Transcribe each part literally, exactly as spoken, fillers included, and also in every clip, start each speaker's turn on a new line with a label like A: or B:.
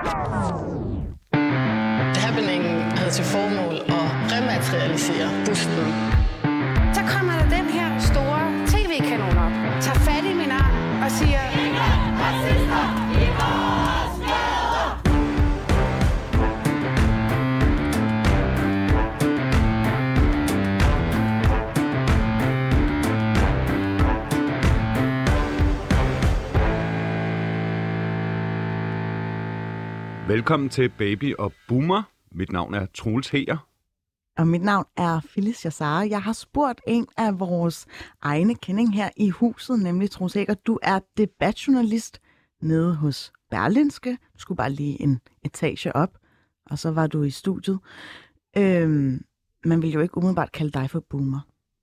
A: Happeningen havde til formål at rematerialisere busten.
B: Så kommer der den her store tv-kanon op, tager fat i min arm og siger: racister i vores gader!
C: Velkommen til Baby og Boomer. Mit navn er Troels Heger.
D: Og mit navn er Phyllis Jassara. Jeg har spurgt en af vores egne kending her i huset, nemlig Troels Heger. Du er debatjournalist nede hos Berlingske. Du skulle bare lige en etage op, og så var du i studiet. Øhm, man vil jo ikke umiddelbart kalde dig for boomer.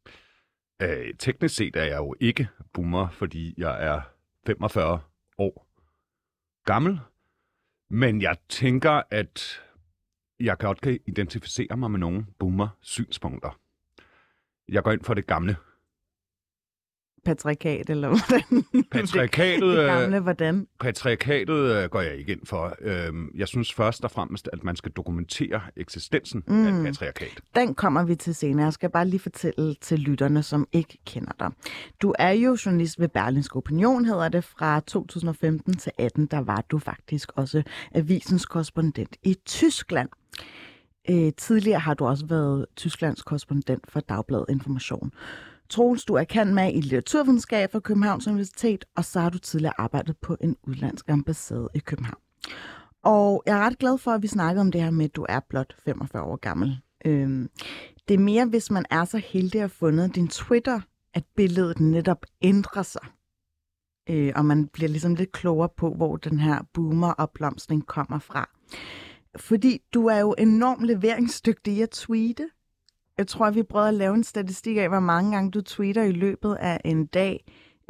C: Øh, teknisk set er jeg jo ikke boomer, fordi jeg er femogfyrre år gammel. Men jeg tænker, at jeg godt kan identificere mig med nogle boomer-synspunkter. Jeg går ind for det gamle.
D: Patriarkat, eller hvordan?
C: Patriarkatet,
D: det, det gamle, hvordan?
C: Patriarkatet går jeg ikke ind for. Jeg synes først og fremmest, at man skal dokumentere eksistensen mm. af et patriarkat.
D: Den kommer vi til senere. Jeg skal bare lige fortælle til lytterne, som ikke kender dig. Du er jo journalist ved Berlingske Opinion, hedder det. Fra to tusind og femten til atten, der var du faktisk også avisens korrespondent i Tyskland. Øh, tidligere har du også været Tysklands korrespondent for Dagbladet Information. Troels, du er kendt med i litteraturvidenskab fra Københavns Universitet, og så har du tidligere arbejdet på en udlandsk ambassade i København. Og jeg er ret glad for, at vi snakkede om det her med, at du er blot femogfyrre år gammel. Øhm, det er mere, hvis man er så heldig at have fundet din Twitter, at billedet netop ændrer sig. Øh, og man bliver ligesom lidt klogere på, hvor den her boomer-opblomstring kommer fra. Fordi du er jo enormt leveringsdygtig i at tweete. Jeg tror, at vi prøvede at lave en statistik af, hvor mange gange du tweeter i løbet af en dag.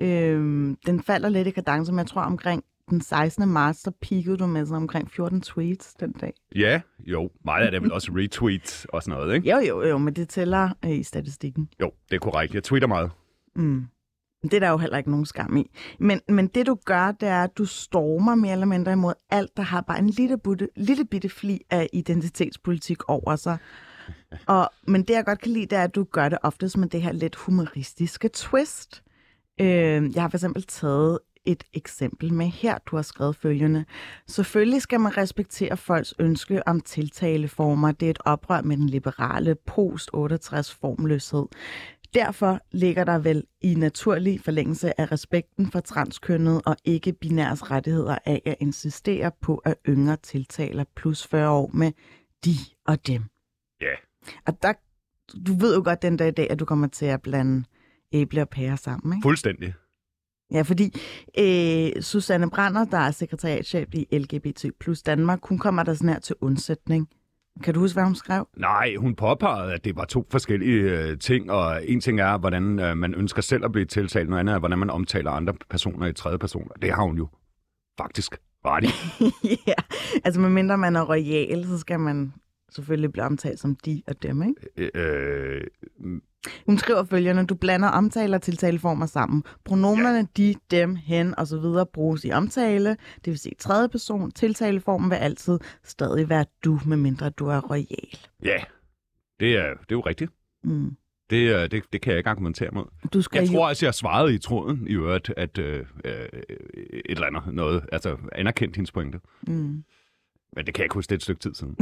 D: Øhm, den falder lidt i kadence, men jeg tror omkring den sekstende marts, så peakede du med sådan omkring fjorten tweets den dag.
C: Ja, jo. Meget af det er vel også retweets og sådan noget, ikke?
D: Jo, jo, jo, men det tæller øh, i statistikken.
C: Jo, det er korrekt. Jeg tweeter meget.
D: Mm. Det er der jo heller ikke nogen skam i. Men, men det du gør, det er, at du stormer mere eller mindre imod alt, der har bare en lille, butte, lille bitte fli af identitetspolitik over sig. Og, men det, jeg godt kan lide, det er, at du gør det oftest med det her lidt humoristiske twist. Øh, jeg har for eksempel taget et eksempel med her, du har skrevet følgende. Selvfølgelig skal man respektere folks ønske om tiltaleformer. Det er et oprør med den liberale post otteogtres formløshed. Derfor ligger der vel i naturlig forlængelse af respekten for transkønnet og ikke-binærs rettigheder af at insistere på, at yngre tiltaler plus fyrre år med de og dem.
C: Ja. Yeah.
D: Og der, du ved jo godt den dag i dag, at du kommer til at blande æble og pære sammen, ikke?
C: Fuldstændig.
D: Ja, fordi øh, Susanne Brander, der er sekretariatschef i L G B T plus Danmark, hun kommer der sådan her til undsætning. Kan du huske, hvad hun skrev?
C: Nej, hun påpegede, at det var to forskellige øh, ting, og en ting er, hvordan øh, man ønsker selv at blive tiltalt, noget andet er, hvordan man omtaler andre personer i tredje personer. Det har hun jo faktisk ret i.
D: Ja, altså medmindre man er royal, så skal man selvfølgelig blive omtalt som de og dem, ikke?
C: Øh,
D: Hun skriver følgende: du blander omtale og tiltaleformer sammen. Pronomerne ja. de, dem, hen og så videre bruges i omtale, det vil sige tredje person. Tiltaleformen vil altid stadig være du, medmindre du er royal.
C: Ja, det er, det er jo rigtigt.
D: Mm.
C: Det, det, det kan jeg ikke argumentere mod.
D: Du skal
C: jeg
D: jo...
C: tror altså, jeg svarede i tråden i øvrigt, at øh, et eller andet noget, altså anerkendt hendes pointe. Mm. Men det kan jeg ikke huske, det er et stykke tid siden.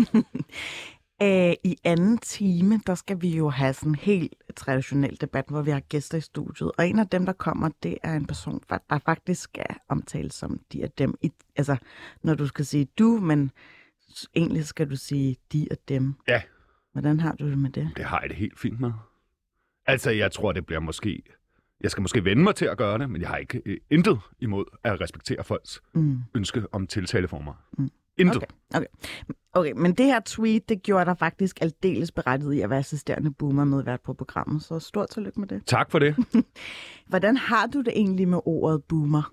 D: Æh, I anden time, der skal vi jo have sådan en helt traditionel debat, hvor vi har gæster i studiet. Og en af dem, der kommer, det er en person, der faktisk skal omtales som de og dem. I, altså, når du skal sige du, men egentlig skal du sige de og dem.
C: Ja.
D: Hvordan har du det med det?
C: Det har jeg det helt fint med. Altså, jeg tror, det bliver måske... Jeg skal måske vende mig til at gøre det, men jeg har ikke øh, intet imod at respektere folks mm. ønske om tiltaleformer. Mm. Intet.
D: Okay, okay. Okay, men det her tweet, det gjorde dig faktisk aldeles berettiget i at være assisterende boomer medvært på programmet, så stort tillykke med det.
C: Tak for det.
D: Hvordan har du det egentlig med ordet boomer?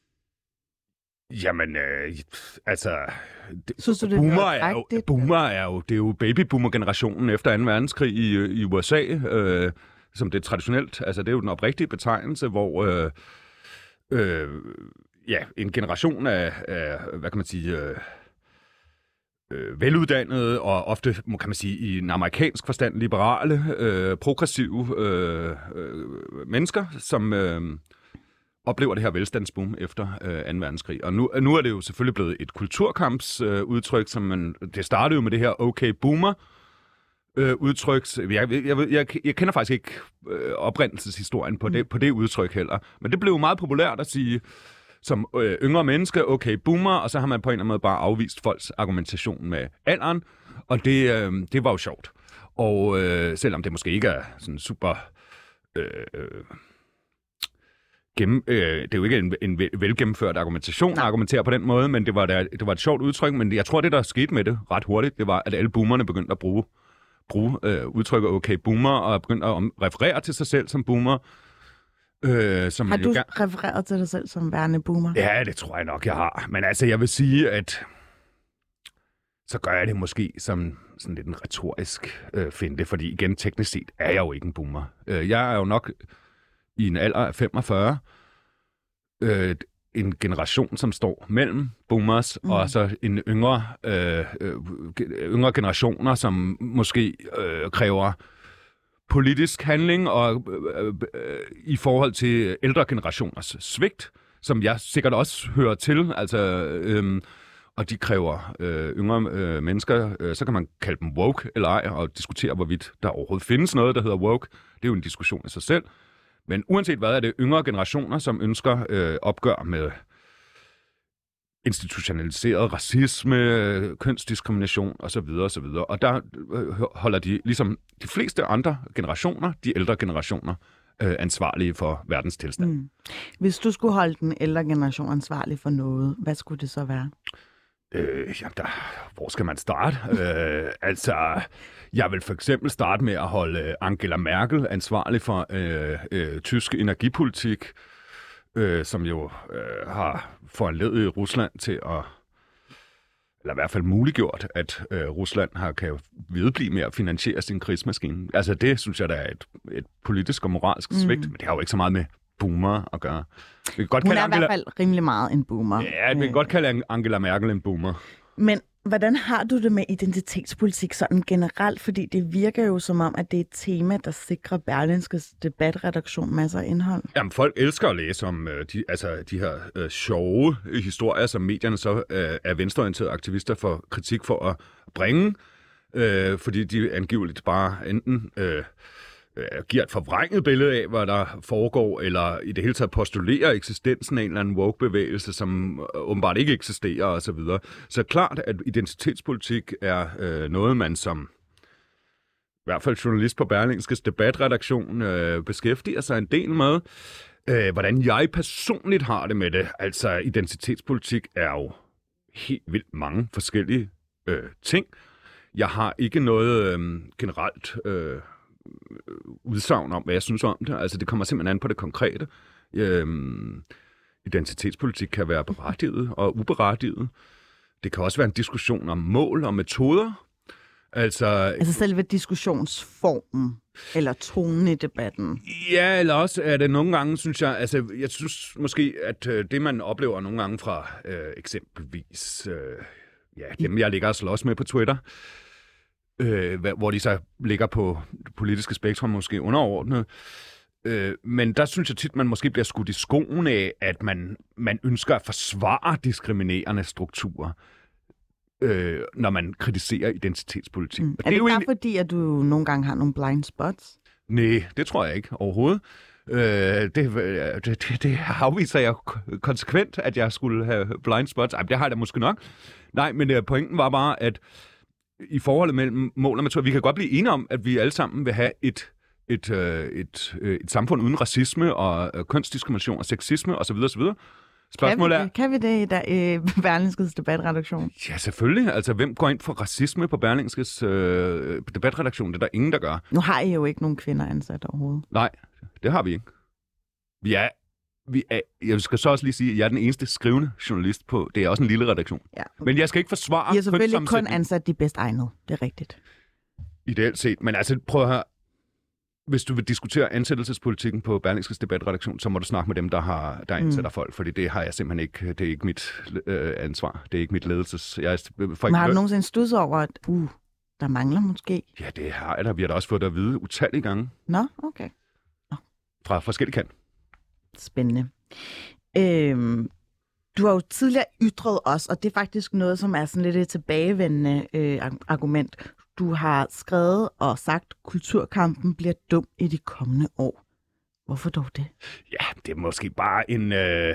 C: Jamen, øh, altså... Det,
D: Synes du, det
C: boomer er, er jo, boomer er jo, det er jo babyboomer-generationen efter anden verdenskrig i, i U S A, øh, som det er traditionelt. Altså, det er jo den oprigtige betegnelse, hvor... Øh, øh, ja, en generation af, af hvad kan man sige... Øh, øh, veluddannede og ofte, kan man sige, i en amerikansk forstand liberale, øh, progressive øh, øh, mennesker, som øh, oplever det her velstandsboom efter øh, anden verdenskrig. Og nu, nu er det jo selvfølgelig blevet et kulturkampsudtryk, øh, som man, det startede jo med det her okay boomer, Øh, udtryk. Jeg, jeg, jeg, jeg, jeg kender faktisk ikke øh, oprindelseshistorien på, mm. det, på det udtryk heller. Men det blev meget populært at sige, som øh, yngre mennesker, okay, boomer, og så har man på en eller anden måde bare afvist folks argumentation med alderen, og det, øh, det var jo sjovt. Og øh, selvom det måske ikke er sådan super... Øh, gennem, øh, det er jo ikke en, en velgennemført argumentation at argumentere på den måde, men det var, der, det var et sjovt udtryk, men jeg tror, det der skete med det ret hurtigt, det var, at alle boomerne begyndte at bruge bruge øh, udtrykket okay boomer, og begynde at om, referere til sig selv som boomer. Øh, som
D: har du
C: jo,
D: refereret til dig selv som værende boomer?
C: Ja, det tror jeg nok, jeg har. Men altså, jeg vil sige, at så gør jeg det måske som sådan lidt en retorisk øh, finte, fordi igen, teknisk set er jeg jo ikke en boomer. Øh, jeg er jo nok i en alder af femogfyrre, øh, en generation, som står mellem boomers mm. og så en yngre, øh, øh, yngre generationer, som måske øh, kræver politisk handling og øh, øh, i forhold til ældre generationers svigt, som jeg sikkert også hører til, altså øh, og de kræver øh, yngre øh, mennesker, øh, så kan man kalde dem woke eller ej, og diskutere, hvorvidt der overhovedet findes noget, der hedder woke. Det er jo en diskussion i sig selv. Men uanset hvad, er det yngre generationer, som ønsker øh, opgør med institutionaliseret racisme, kønsdiskrimination osv. osv. Og der øh, holder de, ligesom de fleste andre generationer, de ældre generationer, øh, ansvarlige for verdens tilstand. Mm.
D: Hvis du skulle holde den ældre generation ansvarlig for noget, hvad skulle det så være?
C: Øh, jamen der, hvor skal man starte? øh, altså, jeg vil for eksempel starte med at holde Angela Merkel ansvarlig for øh, øh, tysk energipolitik, øh, som jo øh, har foranlediget Rusland til at, eller i hvert fald muliggjort, at øh, Rusland har kan vedblive med at finansiere sin krigsmaskine. Altså det synes jeg, der er et, et politisk og moralsk svigt, mm. men det har jo ikke så meget med boomer at gøre. Vi kan godt
D: Hun
C: kalde
D: er
C: Angela...
D: i hvert fald rimelig meget en boomer.
C: Ja, vi kan øh. godt kalde Angela Merkel en boomer.
D: Men hvordan har du det med identitetspolitik sådan generelt? Fordi det virker jo som om, at det er et tema, der sikrer Berlingskes debatredaktion masser af indhold.
C: Jamen, folk elsker at læse om øh, de, altså, de her øh, sjove historier, som medierne så øh, er venstreorienterede aktivister for kritik for at bringe, øh, fordi de angiveligt bare enten... Øh, giver et forvrænget billede af, hvad der foregår, eller i det hele taget postulerer eksistensen af en eller anden woke-bevægelse, som åbenbart ikke eksisterer, og så videre. Så klart, at identitetspolitik er øh, noget, man som i hvert fald journalist på Berlingskes debatredaktion øh, beskæftiger sig en del med. Øh, hvordan jeg personligt har det med det. Altså, identitetspolitik er jo helt vildt mange forskellige øh, ting. Jeg har ikke noget øh, generelt... Øh, udsagn om, hvad jeg synes om det. Altså, det kommer simpelthen an på det konkrete. Øhm, identitetspolitik kan være berettiget og uberettiget. Det kan også være en diskussion om mål og metoder. Altså,
D: altså selve diskussionsformen eller tonen i debatten.
C: Ja, eller også er det nogle gange, synes jeg, altså jeg synes måske, at øh, det man oplever nogle gange fra øh, eksempelvis øh, ja, dem jeg ligger og slås med på Twitter, Øh, hvor de så ligger på det politiske spektrum måske underordnet. Øh, men der synes jeg tit, man måske bliver skudt i skoen af, at man, man ønsker at forsvare diskriminerende strukturer, øh, når man kritiserer identitetspolitik.
D: Mm. Er det, det bare egentlig... fordi, at du nogle gange har nogle blind spots?
C: Nej, det tror jeg ikke overhovedet. Øh, det, det, det, det afviser jeg konsekvent, at jeg skulle have blind spots. Ej, det har jeg da måske nok. Nej, men pointen var bare, at i forholdet mellem mål og metode. Vi kan godt blive enige om, at vi alle sammen vil have et, et, et, et, et samfund uden racisme og kønsdiskrimination og sexisme osv. osv. Spørgsmålet
D: kan vi, er... Kan vi det i der, øh, Berlingskes debatredaktion?
C: Ja, selvfølgelig. Altså, hvem går ind for racisme på Berlingskes øh, debatredaktion? Det er der ingen, der gør.
D: Nu har I jo ikke nogen kvinder ansat overhovedet.
C: Nej, det har vi ikke. Vi er... Vi er, jeg skal så også lige sige, at jeg er den eneste skrivende journalist på, det er også en lille redaktion. Ja, okay. Men jeg skal ikke forsvare...
D: I er selvfølgelig kun ansat de bedst egnede, det er rigtigt.
C: Ideelt set, men altså prøv at høre, hvis du vil diskutere ansættelsespolitikken på Berlingskes debatredaktion, så må du snakke med dem, der har der ansætter mm. folk, fordi det har jeg simpelthen ikke. Det er ikke mit øh, ansvar. Det er ikke mit ledelses. Jeg er,
D: Men har du nogensinde studset over, at uh, der mangler måske?
C: Ja, det har jeg da. Vi har da også fået det at vide utallige gange.
D: Nå, okay. Nå.
C: Fra forskellige kant.
D: Spændende. Øhm, du har jo tidligere ytret os, og det er faktisk noget, som er sådan lidt et tilbagevendende øh, argument. Du har skrevet og sagt, at kulturkampen bliver dum i de kommende år. Hvorfor dog det?
C: Ja, det er måske bare en... Øh,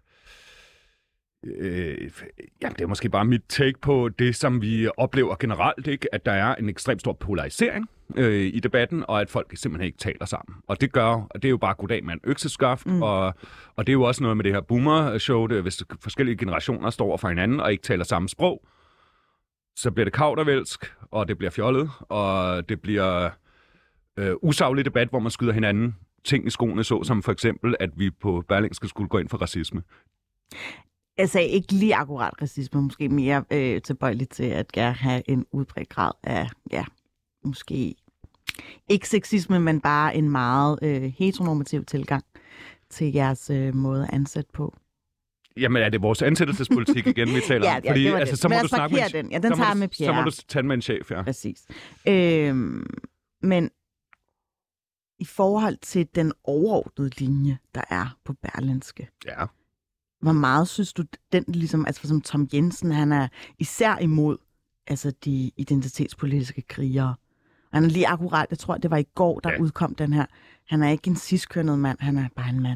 C: øh, ja, det er måske bare mit take på det, som vi oplever generelt, ikke? At der er en ekstremt stor polarisering øh, i debatten, og at folk simpelthen ikke taler sammen. Og det gør, og det er jo bare goddag mand økseskaft, mm. og, og det er jo også noget med det her boomer-show, det, hvis forskellige generationer står over for hinanden og ikke taler samme sprog, så bliver det kaudervælsk, og det bliver fjollet, og det bliver øh, usaglig debat, hvor man skyder hinanden ting i skoene, så som for eksempel, at vi på Berlingske skulle gå ind for racisme.
D: Jeg sagde ikke lige akkurat racisme, måske mere øh, tilbøjelig til at gerne have en udbredt grad af, ja, måske ikke sexisme, men bare en meget øh, heteronormativ tilgang til jeres øh, måde at ansætte på.
C: Jamen, er det vores ansættelsespolitik igen, vi taler
D: ja,
C: om?
D: ja,
C: Fordi,
D: det var
C: altså,
D: det.
C: så må
D: men
C: du snakke med
D: den. Ja, den tager
C: du,
D: med Pierre.
C: Så må du tage med en chef, ja.
D: Præcis. Øhm, men i forhold til den overordnede linje, der er på Berlingske,
C: ja.
D: hvor meget synes du, den ligesom, altså som Tom Jensen, han er især imod altså de identitetspolitiske krigere. Han er lige akkurat, jeg tror, det var i går, der ja. udkom den her. Han er ikke en cis-kønnet mand, han er bare en mand.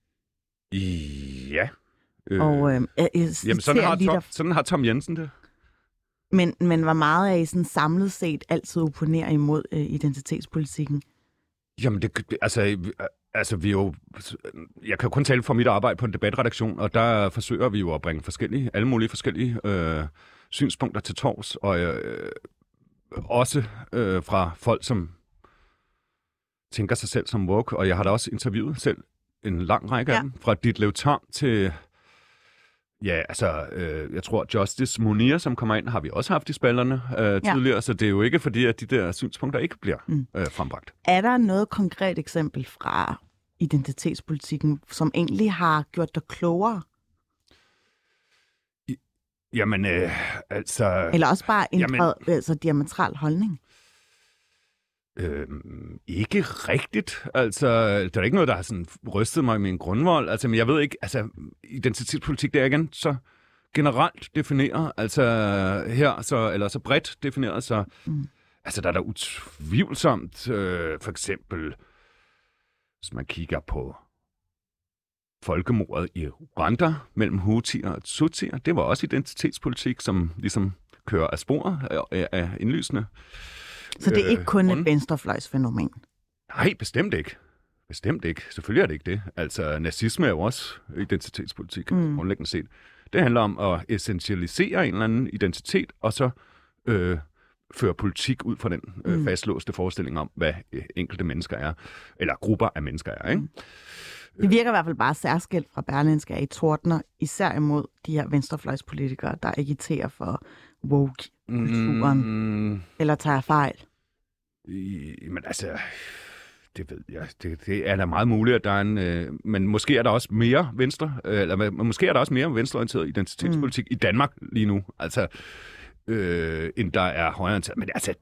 C: Ja. Øh,
D: og øh, jeg, jeg
C: jamen, sådan har, Tom, sådan har Tom Jensen det.
D: Men, men hvor meget er I sådan samlet set altid opponerer imod øh, identitetspolitikken?
C: Jamen, det, altså, altså, vi jo... Jeg kan jo kun tale for mit arbejde på en debatredaktion, og der forsøger vi jo at bringe forskellige, alle mulige forskellige øh, synspunkter til torvs, og øh, også øh, fra folk, som tænker sig selv som woke, og jeg har da også interviewet selv en lang række ja. af dem, fra Ditlev Tamm til... Ja, altså, øh, jeg tror, Justice Munir, som kommer ind, har vi også haft i spillerne øh, tidligere, ja. så det er jo ikke fordi, at de der synspunkter ikke bliver mm. øh, frembragt.
D: Er der noget konkret eksempel fra identitetspolitikken, som egentlig har gjort dig klogere?
C: I, jamen, øh, altså...
D: Eller også bare ændret altså, diametral holdning?
C: Øh, ikke rigtigt. Altså, der er ikke noget, der har sådan rystet mig i min grundvold. Altså, men jeg ved ikke, altså, identitetspolitik, det er igen så generelt defineret, altså her, så, eller så bredt defineret, så mm. altså, der er der utvivlsomt, øh, for eksempel, hvis man kigger på folkemordet i Rwanda mellem Hutier og Tutsier, det var også identitetspolitik, som ligesom kører af sporet af, af indlysende.
D: Så det er ikke kun et venstrefløjsfænomen?
C: Nej, bestemt ikke. Bestemt ikke. Selvfølgelig er det ikke det. Altså, nazisme er jo også identitetspolitik, mm. grundlæggende set. Det handler om at essentialisere en eller anden identitet, og så øh, føre politik ud fra den øh, mm. fastlåste forestilling om, hvad øh, enkelte mennesker er, eller grupper af mennesker er, ikke?
D: Det virker i hvert fald bare særskilt fra Berlingske, at I tordner især imod de her venstrefløjspolitikere, der agiterer for woke-kulturen, mm. eller tager fejl.
C: Men altså, det ved jeg. Det, det er da meget muligt, at der er en... Øh, men måske er der også mere venstre, øh, eller måske er der også mere venstreorienteret identitetspolitik mm. i Danmark lige nu, altså, øh, end der er højreorienteret. Men altså,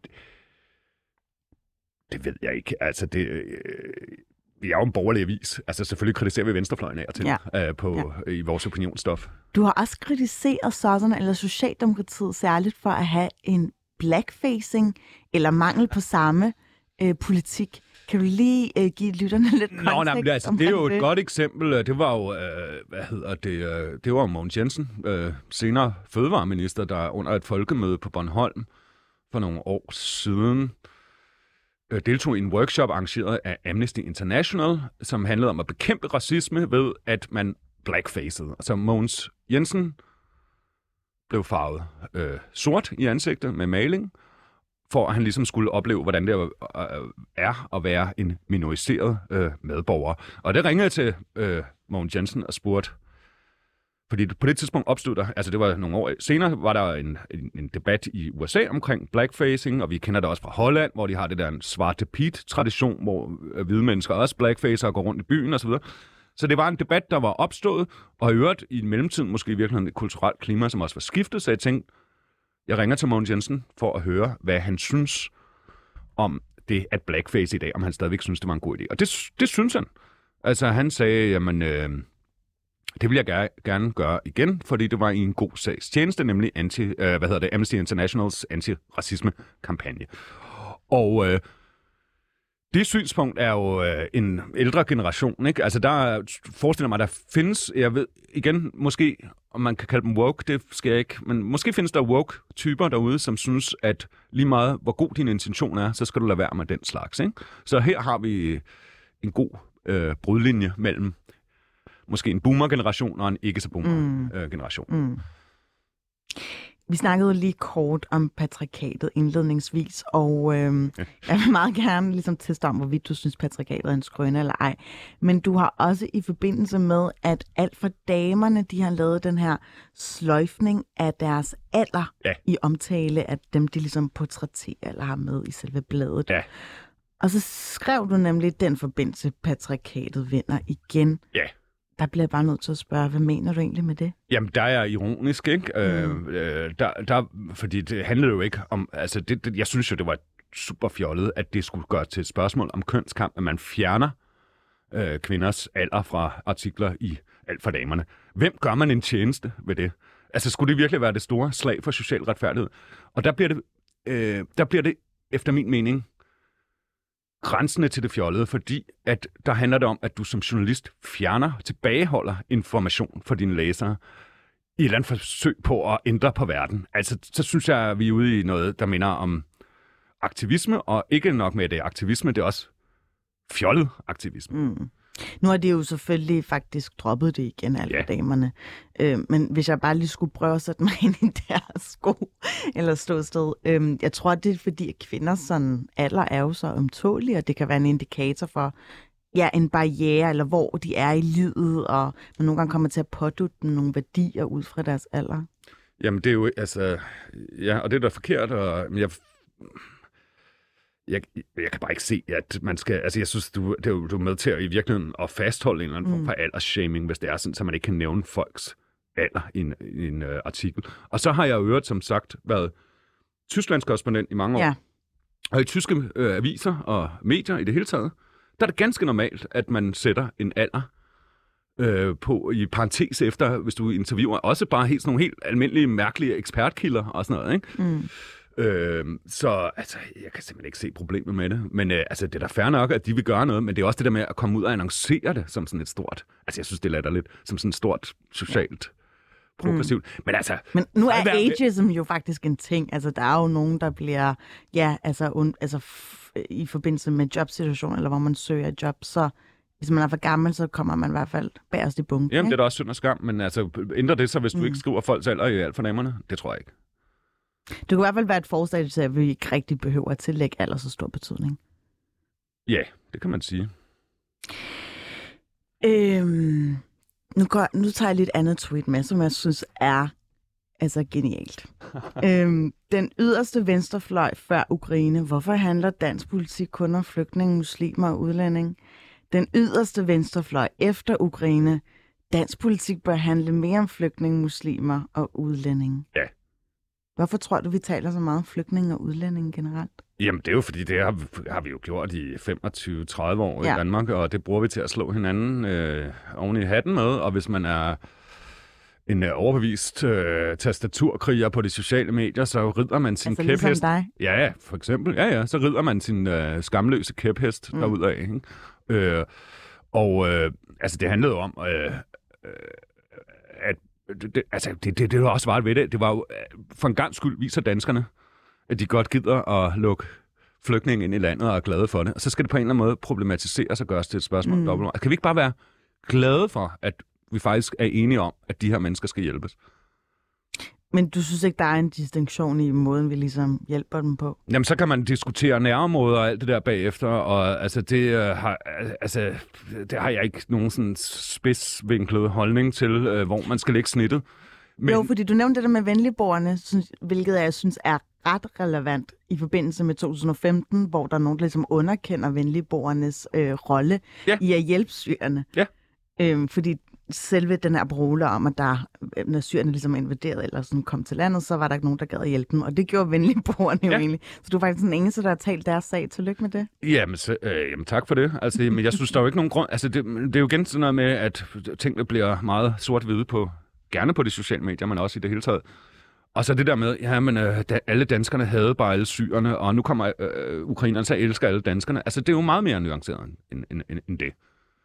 C: det ved jeg ikke. Altså, det... Øh, vi er jo en borgerlig avis. Altså, selvfølgelig kritiserer vi venstrefløjen af og til ja. øh, på, ja. i vores opinionsstof. Du
D: har også kritiseret sådan, eller Socialdemokratiet særligt for at have en blackfacing, eller mangel på samme øh, politik. Kan du lige øh, give lytterne lidt kontekst? Nå, nej,
C: altså, det er jo et det? godt eksempel. Det var jo, øh, hvad hedder det, øh, det var Mogens Jensen, øh, senere fødevareminister, der under et folkemøde på Bornholm for nogle år siden deltog i en workshop arrangeret af Amnesty International, som handlede om at bekæmpe racisme ved, at man blackfacede. Altså Mogens Jensen blev farvet øh, sort i ansigtet med maling, for at han ligesom skulle opleve, hvordan det er at være en minoriseret øh, medborger. Og det ringede til øh, Mogens Jensen og spurgte, Fordi på det tidspunkt opstod der, altså det var nogle år senere, var der en, en, en debat i U S A omkring blackfacing, og vi kender det også fra Holland, hvor de har det der en svarte Pete-tradition, hvor hvide mennesker også blackfacer og går rundt i byen osv. Så det var en debat, der var opstået, og i øvrigt i mellemtiden måske virkelig et kulturelt klima, som også var skiftet, så jeg tænkte, jeg ringer til Mogens Jensen for at høre, hvad han synes om det at blackface i dag, om han stadigvæk synes, det var en god idé. Og det, det synes han. Altså han sagde, jamen... Øh, Det vil jeg gerne, gerne gøre igen, fordi det var i en god sags tjeneste, nemlig anti, øh, hvad hedder det, Amnesty Internationals antiracisme-kampagne. Og øh, det synspunkt er jo øh, en ældre generation, ikke? Altså der forestiller mig, der findes, jeg ved igen, måske, om man kan kalde dem woke, det skal jeg ikke, men måske findes der woke-typer derude, som synes, at lige meget, hvor god din intention er, så skal du lade være med den slags, ikke? Så her har vi en god øh, brudlinje mellem måske en boomer-generation og en ikke-så-boomer-generation. Mm. Mm.
D: Vi snakkede lige kort om patriarkatet indledningsvis, og øh, ja. jeg vil meget gerne ligesom teste om, hvorvidt du synes, patriarkatet er en skrøne eller ej. Men du har også i forbindelse med, at alt for damerne, de har lavet den her sløjfning af deres alder ja. i omtale af dem, de ligesom portrætterer eller har med i selve bladet. Ja. Og så skrev du nemlig den forbindelse, patriarkatet vinder igen. Ja. Der bliver jeg bare nødt til at spørge, hvad mener du egentlig med det? Jamen, der er ironisk, ikke? Mm. Øh, der, der, fordi det handlede jo ikke om... Altså, det, det, jeg synes jo, det var super fjollet, at det skulle gøre til et spørgsmål om kønskamp, at man fjerner øh, kvinders alder fra artikler i Alt for damerne. Hvem gør man en tjeneste ved det? Altså, skulle det virkelig være det store slag for social retfærdighed? Og der bliver det, øh, der bliver det efter min mening, grænsende til det fjollede, fordi at der handler det om, at du som journalist fjerner, tilbageholder information for dine læsere i et eller andet forsøg på at ændre på verden. Altså, så synes jeg, at vi er ude i noget, der minder om aktivisme, og ikke nok med det aktivisme, det er også fjollet aktivisme. Mm. Nu har de jo selvfølgelig faktisk droppet det igen, alle ja. damerne. Øh, men hvis jeg bare lige skulle prøve at sætte mig ind i deres sko, eller ståsted. Øh, jeg tror, det er fordi, at kvinders sådan alder er jo så ømtålige, og det kan være en indikator for ja, en barriere, eller hvor de er i livet, og man nogle gange kommer til at pådutte dem nogle værdier ud fra deres alder. Jamen, det er jo, altså, ja, og det er da forkert, og jeg... Jeg, jeg kan bare ikke se, at man skal... Altså, jeg synes, du, det er jo, du er med til at, i virkeligheden at fastholde en eller anden form for aldersshaming, hvis det er sådan, så man ikke kan nævne folks alder i en, i en uh, artikel. Og så har jeg jo øvrigt, som sagt, været Tysklands korrespondent i mange år. Ja. Og i tyske øh, aviser og medier i det hele taget, der er det ganske normalt, at man sætter en alder øh, på i parentes efter, hvis du interviewer også bare helt sådan nogle helt almindelige, mærkelige ekspertkilder og sådan noget, ikke? Mm. Øh, så altså, jeg kan simpelthen ikke se problemet med det. Men øh, altså, det er da fair nok, at de vil gøre noget, men det er også det der med at komme ud og annoncere det som sådan et stort... Altså, jeg synes, det er latterligt, som sådan et stort socialt progressivt. Mm. Men altså... Men nu er ageism jo faktisk en ting. Altså, der er jo nogen, der bliver... Ja, altså, un, altså f- i forbindelse med jobsituationer, eller hvor man søger job, så... Hvis man er for gammel, så kommer man i hvert fald bagerst i bunken. Jamen, ikke? Det er da også synd og skam, men altså, ændrer det så, hvis du mm. ikke skriver folks alder i Alt for damerne? Det tror jeg ikke. Det kunne i hvert fald være et forslag til, at vi ikke rigtig behøver at tillægge alder så stor betydning. Ja, det kan man sige. Øhm, nu, går, nu tager jeg lidt andet tweet med, som jeg synes er altså genialt. øhm, den yderste venstrefløj før Ukraine. Hvorfor handler dansk politik kun om flygtninge, muslimer og udlændinge? Den yderste venstrefløj efter Ukraine. Dansk politik bør handle mere om flygtninge, muslimer og udlændinge. Ja. Hvorfor tror du, vi taler så meget om flygtninge og udlændinge generelt? Jamen, det er jo fordi, det har, har vi jo gjort i femogtyve til tredive år ja. i Danmark, og det bruger vi til at slå hinanden øh, oven i hatten med. Og hvis man er en øh, overbevist øh, tastaturkriger på de sociale medier, så rider man sin altså, kæphest. Ligesom dig? Ja, ja, for eksempel. Ja, ja, så rider man sin øh, skamløse kæphest mm. derudad. Ikke? Øh, og øh, altså, det handlede om, øh, øh, at Det, det, altså, det, det, det var også svaret ved det. Det var jo, for en gang skyld viser danskerne, at de godt gider at lukke flygtninge ind i landet og er glade for det. Og så skal det på en eller anden måde problematiseres og gøres til et spørgsmål om mm. dobbelt. Altså, kan vi ikke bare være glade for, at vi faktisk er enige om, at de her mennesker skal hjælpes? Men du synes ikke, der er en distinktion i måden, vi ligesom hjælper dem på?
C: Jamen, så kan man diskutere nærområder og alt det der bagefter, og altså, det, øh, har, altså, det har jeg ikke nogen sådan spidsvinklet holdning til, øh, hvor man skal lægge snittet.
D: Men... Jo, fordi du nævnte det der med venligboerne, synes, hvilket jeg synes er ret relevant i forbindelse med to tusind og femten, hvor der er nogen, der ligesom underkender venligboernes øh, rolle ja. i at hjælpe syrerne.
C: Ja.
D: Øhm, fordi selve den her brule om, at der, når syrerne ligesom invaderet eller sådan kom til landet, så var der ikke nogen, der gad at hjælpe dem. Og det gjorde venligboerne jo ja. egentlig. Så du er faktisk den eneste, der har talt deres sag. Tillykke med det.
C: Jamen, så, øh, jamen tak for det. Altså, men jeg synes, der er jo ikke nogen grund. Altså, det, det er jo igen sådan noget med, at tingene bliver meget sort-hvide på, gerne på de sociale medier, men også i det hele taget. Og så det der med, ja, men øh, da, alle danskerne havde bare alle syrerne, og nu kommer øh, ukrainerne, så elsker alle danskerne. Altså, det er jo meget mere nuanceret end, end, end, end det.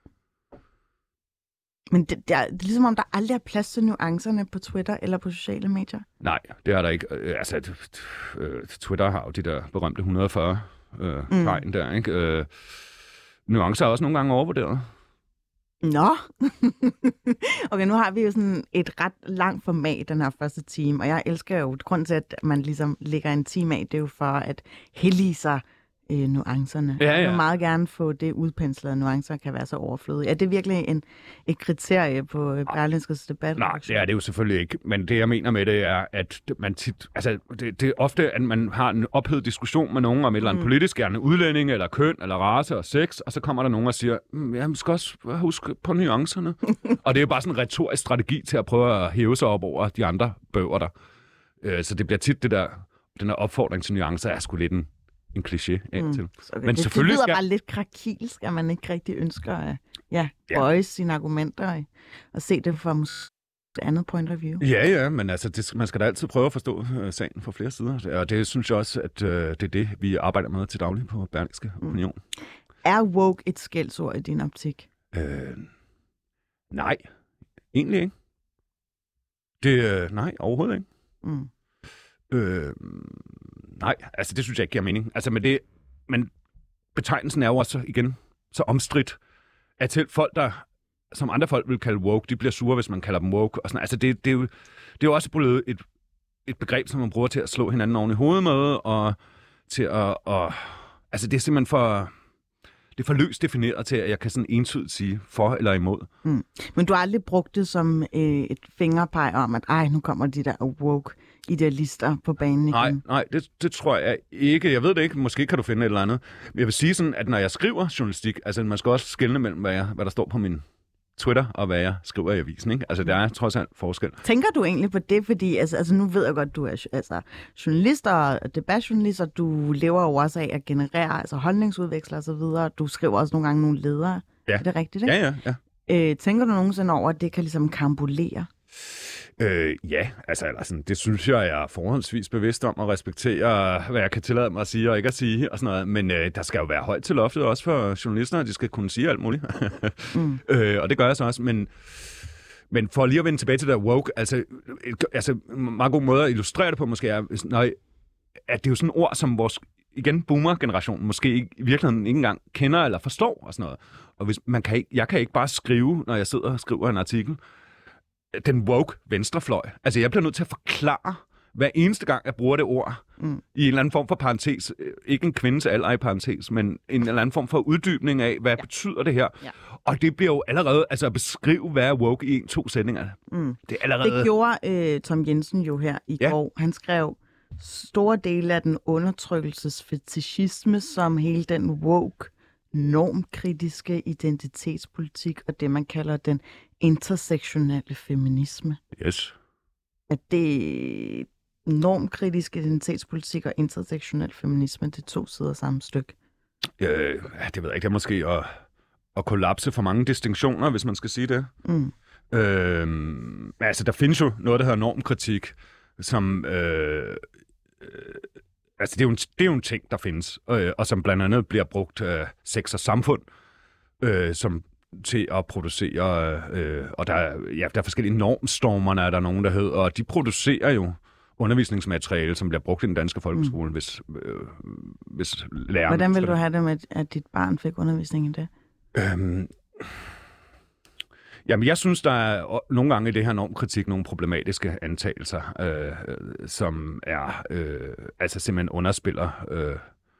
D: Men det, det, er, det er ligesom om, der aldrig er plads til nuancerne på Twitter eller på sociale medier. Nej,
C: det er der ikke. Øh, altså, øh, Twitter har jo de der berømte et hundrede og fyrre øh, mm. tegn der, ikke? Øh, nuancer er også nogle gange overvurderet.
D: Nå. Okay, nu har vi jo sådan et ret langt format den her første time, og jeg elsker jo, grunden til, at man ligesom lægger en time af, det er jo for at hellige sig øh, nuancerne. Ja, ja. Jeg vil meget gerne få det udpenslet, at nuancer kan være så overflødige. Er det virkelig en, et kriterie på Berlingskes debat?
C: Nej, det er det jo selvfølgelig ikke. Men det, jeg mener med det, er, at man tit, altså, det, det er ofte, at man har en ophedet diskussion med nogen om et eller andet mm. politisk, gerne udlænding, eller køn, eller race og sex, og så kommer der nogen og siger, mm, ja, man skal også huske på nuancerne. Og det er jo bare sådan en retorisk strategi til at prøve at hæve sig op over de andre bøger der. Så det bliver tit det der, den her opfordring til nuancer, er sgu lidt en en kliché af mm. til.
D: Okay. Men det, selvfølgelig det lyder skal... bare lidt krakilsk, at man ikke rigtig ønsker at ja, bøje ja. sine argumenter og se det fra et andet point of view.
C: Ja, ja, men altså, det, man skal da altid prøve at forstå uh, sagen fra flere sider. Og det synes jeg også, at uh, det er det, vi arbejder med til daglig på Berlingske Opinion. Mm.
D: Er woke et skældsord i din optik?
C: Øh, nej, egentlig ikke. Det, uh, nej, overhovedet ikke. Mm. Øh, nej, altså det synes jeg ikke giver mening. Altså, men, det, men betegnelsen er jo også igen så omstridt, at til folk, der som andre folk vil kalde woke, de bliver sure, hvis man kalder dem woke. Og sådan. Altså, det, det, er jo, det er jo også blevet et, et begreb, som man bruger til at slå hinanden oven i hovedet med, og til at... Og, altså, det er simpelthen for... Det er for løst defineret til, at jeg kan sådan entydigt sige for eller imod.
D: Mm. Men du har aldrig brugt det som øh, et fingerpeg om, at ej, nu kommer de der woke idealister på banen igen.
C: Nej, nej, det, det tror jeg ikke. Jeg ved det ikke. Måske kan du finde et eller andet. Men jeg vil sige sådan, at når jeg skriver journalistik, altså man skal også skelne mellem, hvad, jeg, hvad der står på min Twitter, og hvad jeg skriver i avisen, ikke? Altså, der er trods alt forskel.
D: Tænker du egentlig på det? Fordi, altså, altså nu ved jeg godt, du er altså, journalist og debatjournalist, og du lever jo også af at generere altså, holdningsudveksler og så videre. Du skriver også nogle gange nogle ledere. Ja. Er det rigtigt, ikke?
C: Ja, ja, ja.
D: Øh, tænker du nogensinde over, at det kan ligesom kampolere?
C: Øh, ja, altså, altså det synes jeg, jeg er forholdsvis bevidst om at respektere, hvad jeg kan tillade mig at sige og ikke at sige og sådan noget. Men øh, der skal jo være højt til loftet også for journalister, at de skal kunne sige alt muligt. mm. øh, og det gør jeg så også, men, men for lige at vende tilbage til der woke, altså, altså en meget god måde at illustrere det på måske er, når, at det er jo sådan et ord, som vores igen boomer-generationen måske ikke, i virkeligheden ikke engang kender eller forstår og sådan noget. Og hvis man kan ikke, jeg kan ikke bare skrive, når jeg sidder og skriver en artikel, den woke venstrefløj. Altså, jeg bliver nødt til at forklare, hver eneste gang, jeg bruger det ord, mm. i en eller anden form for parentes, ikke en kvindes alder i parentes, men en eller anden form for uddybning af, hvad ja. betyder det her. Ja. Og det bliver jo allerede, altså at beskrive, hvad er woke i en, to sætninger. Mm. Det er allerede...
D: Det gjorde øh, Tom Jensen jo her i ja. går. Han skrev, store dele af den undertrykkelsesfetishisme, som hele den woke, normkritiske identitetspolitik, og det, man kalder den intersektionelle feminisme.
C: Yes.
D: At det normkritisk identitetspolitik og intersektionel feminisme, det er to sider samme stykke.
C: Øh, det ved jeg ikke. Det er måske at, at kollapse for mange distinktioner, hvis man skal sige det. Mm. Øh, altså, der findes jo noget, der hedder normkritik, som... Øh, øh, altså, det er, jo en, det er jo en ting, der findes, øh, og som blandt andet bliver brugt af sex og samfund, øh, som til at producere, øh, og der, ja, der er forskellige normstormerne, er der nogen, der hedder, og de producerer jo undervisningsmateriale, som bliver brugt i den danske folkeskole, mm. hvis, øh, hvis læreren...
D: Hvordan vil du have det med, at dit barn fik undervisning i det?
C: Øhm, Jamen, jeg synes, der er nogle gange i det her normkritik nogle problematiske antagelser, øh, som er, øh, altså simpelthen underspiller øh,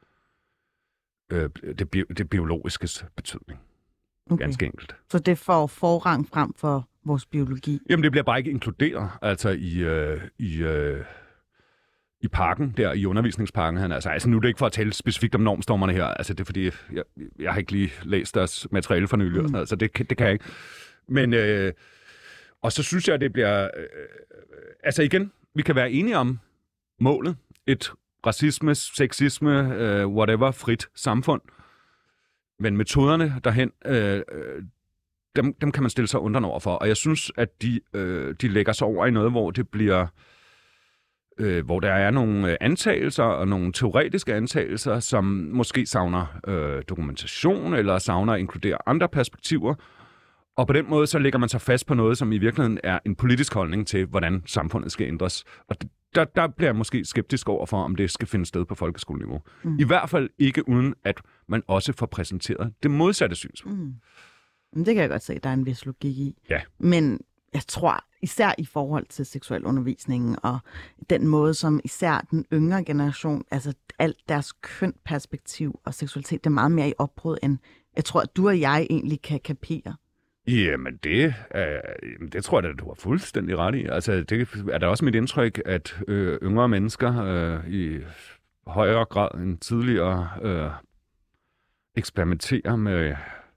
C: øh, det, bi- det biologiskes betydning. Okay. Ganske enkelt.
D: Så det får forrang frem for vores biologi?
C: Jamen, det bliver bare ikke inkluderet, altså i, øh, i, øh, i parken, der i undervisningsparken. Han, altså, altså, nu er det ikke for at tale specifikt om normstormerne her, altså det er fordi, jeg, jeg har ikke lige læst deres materiale for nylig, mm. så altså, det, det kan jeg ikke. Men, øh, og så synes jeg, at det bliver, øh, altså igen, vi kan være enige om målet, et racisme, sexisme, øh, whatever, frit samfund, men metoderne derhen, øh, dem, dem kan man stille sig undrende over for. Og jeg synes, at de, øh, de lægger sig over i noget, hvor det bliver, øh, hvor der er nogle antagelser og nogle teoretiske antagelser, som måske savner øh, dokumentation eller savner at inkludere andre perspektiver. Og på den måde, så lægger man sig fast på noget, som i virkeligheden er en politisk holdning til, hvordan samfundet skal ændres. Og der, der bliver jeg måske skeptisk over for, om det skal finde sted på folkeskoleniveau. Mm. I hvert fald ikke uden, at man også får præsenteret det modsatte synspunkt. Mm.
D: Det kan jeg godt se, der er en vis logik i.
C: Ja.
D: Men jeg tror, især i forhold til seksualundervisningen og den måde, som især den yngre generation, altså alt deres kønperspektiv og seksualitet, det er meget mere i opbrud, end jeg tror, at du og jeg egentlig kan kapere.
C: Jamen, det, øh, det tror jeg, at du har fuldstændig ret i. Altså, det er da også mit indtryk, at øh, yngre mennesker øh, i højere grad end tidligere øh, eksperimenterer med,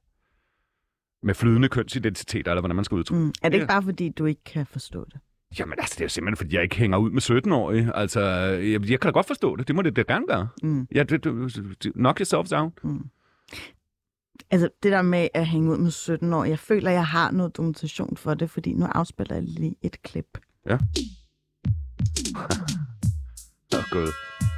C: med flydende kønsidentiteter, eller hvordan man skal udtrykke.
D: Mm. Er det ikke bare, fordi du ikke kan forstå det?
C: Jamen, altså, det er simpelthen, fordi jeg ikke hænger ud med sytten-årige. Altså, jeg, jeg kan da godt forstå det. Det må det da gerne gøre. Mm. Ja, det, det, knock yourself out. Mm.
D: Altså, det der med at hænge ud med sytten år, jeg føler, jeg har noget dokumentation for det, fordi nu afspiller jeg lige et klip.
C: Ja. Nå, godt.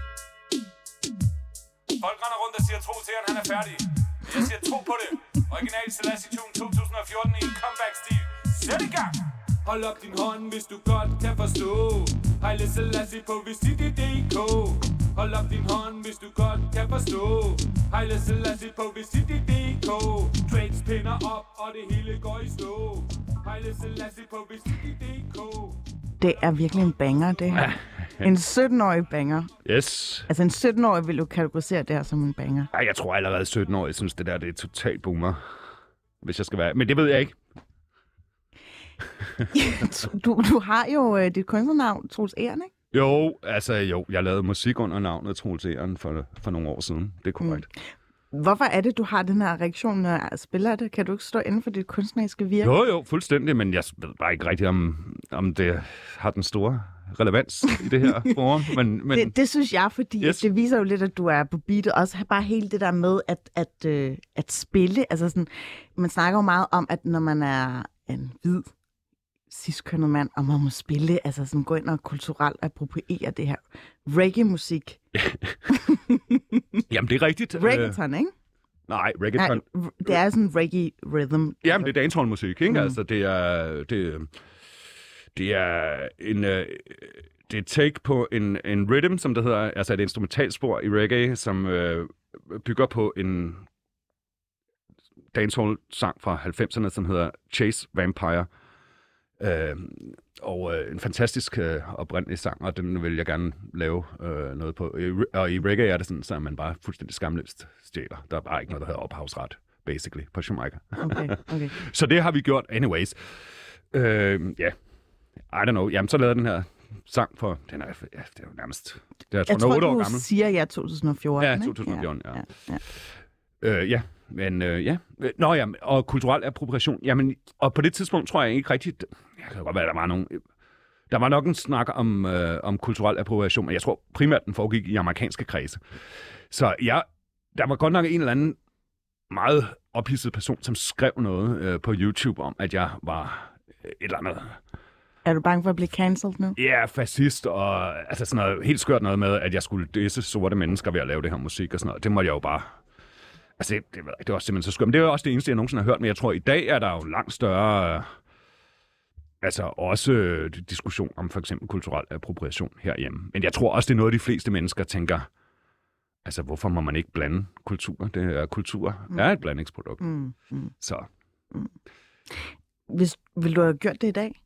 E: Folk render rundt og siger, tro til, at han er færdig. Jeg siger, tro på det. Original Selassie Tune to tusind og fjorten i en comeback-stil. Sæt i gang! Hold op din hånd, hvis du godt kan forstå. Haile Selassie på visit punktum d k. Hold op din hånd, hvis du godt kan forstå. Haile Selassie på visit punktum d k. Trades pinder op, og det hele går i stå. Haile Selassie på visit punktum d k.
D: Det er virkelig en banger, det her. En sytten-årig banger.
C: Yes.
D: Altså en sytten-årig vil du kategorisere det her som en banger.
C: Ej, jeg tror allerede sytten-årig synes, det der det er totalt boomer. Hvis jeg skal være. Men det ved jeg ikke.
D: du, du har jo øh, dit kunstnernavn, Troels Ehren, ikke?
C: Jo, altså jo. Jeg lavede musik under navnet Troels Ehren for, for nogle år siden. Det er korrekt.
D: Mm. Hvorfor er det, du har den her reaktion, når jeg spiller det? Kan du ikke stå inden for dit kunstneriske virke?
C: Jo, jo, fuldstændig. Men jeg ved bare ikke rigtigt, om, om det har den store relevans i det her forum. Men, men...
D: Det, det synes jeg, fordi yes. det viser jo lidt, at du er på beatet. Også bare hele det der med at, at, øh, at spille. Altså sådan, man snakker jo meget om, at når man er en hvid, cis-kønnet mand, og man må spille, altså sådan gå ind og kulturelt appropriere det her reggae-musik.
C: Jamen, det er rigtigt.
D: Reggaeton, ikke?
C: Nej, reggaeton.
D: Nej, det er sådan reggae-rhythm.
C: Jamen, det er dancehall-musik, ikke? Mm. Altså, det er... Det, det er en... det er et take på en, en rhythm, som det hedder, altså et instrumentalspor i reggae, som øh, bygger på en dancehall-sang fra halvfemserne, som hedder Chase Vampire. Øh, og øh, en fantastisk øh, oprindelig sang, og den vil jeg gerne lave øh, noget på. I, og i reggae er det sådan, så man bare fuldstændig skamløst stjæler. Der er bare ikke noget, der hedder ophavsret, basically, på Jamaica.
D: Okay, okay.
C: Så det har vi gjort anyways. Øh, ja, yeah. I don't know. Jamen, så lavede den her sang for, den er, ja, det er jo nærmest, det er, jeg tror,
D: jeg tror,
C: du
D: år
C: gammel.
D: siger ja to tusind og fjorten,
C: Ja, to tusind og fjorten, ja.
D: ja, ja.
C: Øh, ja, men øh, ja. Nå ja, og kulturel appropriation. Jamen, og på det tidspunkt tror jeg ikke rigtigt, jeg kan godt være, der var nogen, der var nok en snak om, øh, om kulturel appropriation, men jeg tror primært, den foregik i amerikanske kredse. Så ja, der var godt nok en eller anden meget ophidset person, som skrev noget øh, på YouTube om, at jeg var et eller andet.
D: Er du bange for at blive cancelled nu?
C: Ja, yeah, fascist og altså sådan noget helt skørt noget med, at jeg skulle disse sorte mennesker ved at lave det her musik og sådan noget. Det måtte jeg jo bare... Altså, det, det, det var simpelthen så skørt. Men det er jo også det eneste, jeg nogensinde har hørt. Men jeg tror, i dag er der jo langt større... Altså, også øh, diskussion om for eksempel kulturel appropriation herhjemme. Men jeg tror også, det er noget, de fleste mennesker tænker... Altså, hvorfor må man ikke blande kultur? Det er kultur mm. er et blandingsprodukt. Mm. Mm. Så...
D: Mm. Hvis, vil du have gjort det i dag?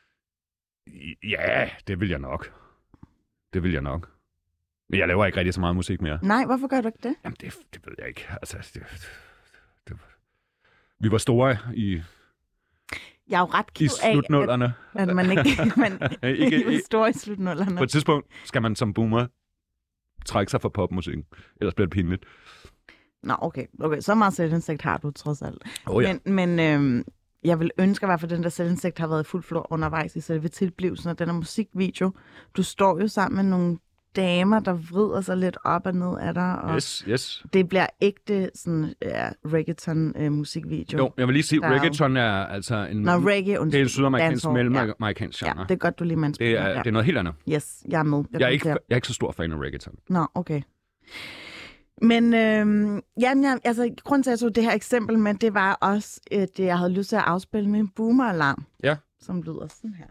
C: Ja, det vil jeg nok. Det vil jeg nok. Men jeg laver ikke rigtig så meget musik mere.
D: Nej, hvorfor gør du ikke det?
C: Jamen, det, det ved jeg ikke. Altså, det, det, vi var store i,
D: Jeg er jo ret
C: i
D: ked af,
C: slutnullerne.
D: at, at man ikke, man
C: Ikke-
D: ikke var stor i slutnullerne.
C: På et tidspunkt skal man som boomer trække sig fra popmusikken. Ellers bliver det pinligt.
D: Nå, okay. okay. Så meget selvindsigt har du trods alt.
C: Oh, ja.
D: Men, men øhm, jeg vil ønske i hvert fald, at den der selvindsigt har været i fuld flor undervejs i selve tilblivelsen af den her musikvideo. Du står jo sammen med nogle damer, der vrider sig lidt op og ned af dig. Og
C: Yes, yes.
D: det bliver ægte sådan, ja, reggaeton-musikvideo.
C: Jo, jeg vil lige sige,
D: Der er jo-
C: reggaeton er altså en...
D: Nå, reggae,
C: det er
D: undskyld.
C: en sydamerikansk,
D: Dancehall,
C: mellemamerikansk
D: Ja,
C: genre.
D: det er godt, du lige mands.
C: Det er,
D: ja.
C: det er noget helt andet.
D: Yes, jeg er med.
C: Jeg er, ikke,
D: kommer
C: jeg er ikke så stor fan af reggaeton.
D: til- Nå, okay. Men øhm, jamen, jeg, altså, grunden til, at jeg tog det her eksempel med, det var også, at jeg havde lyst til at afspille min boomer-alarm.
C: Ja.
D: Som lyder sådan her.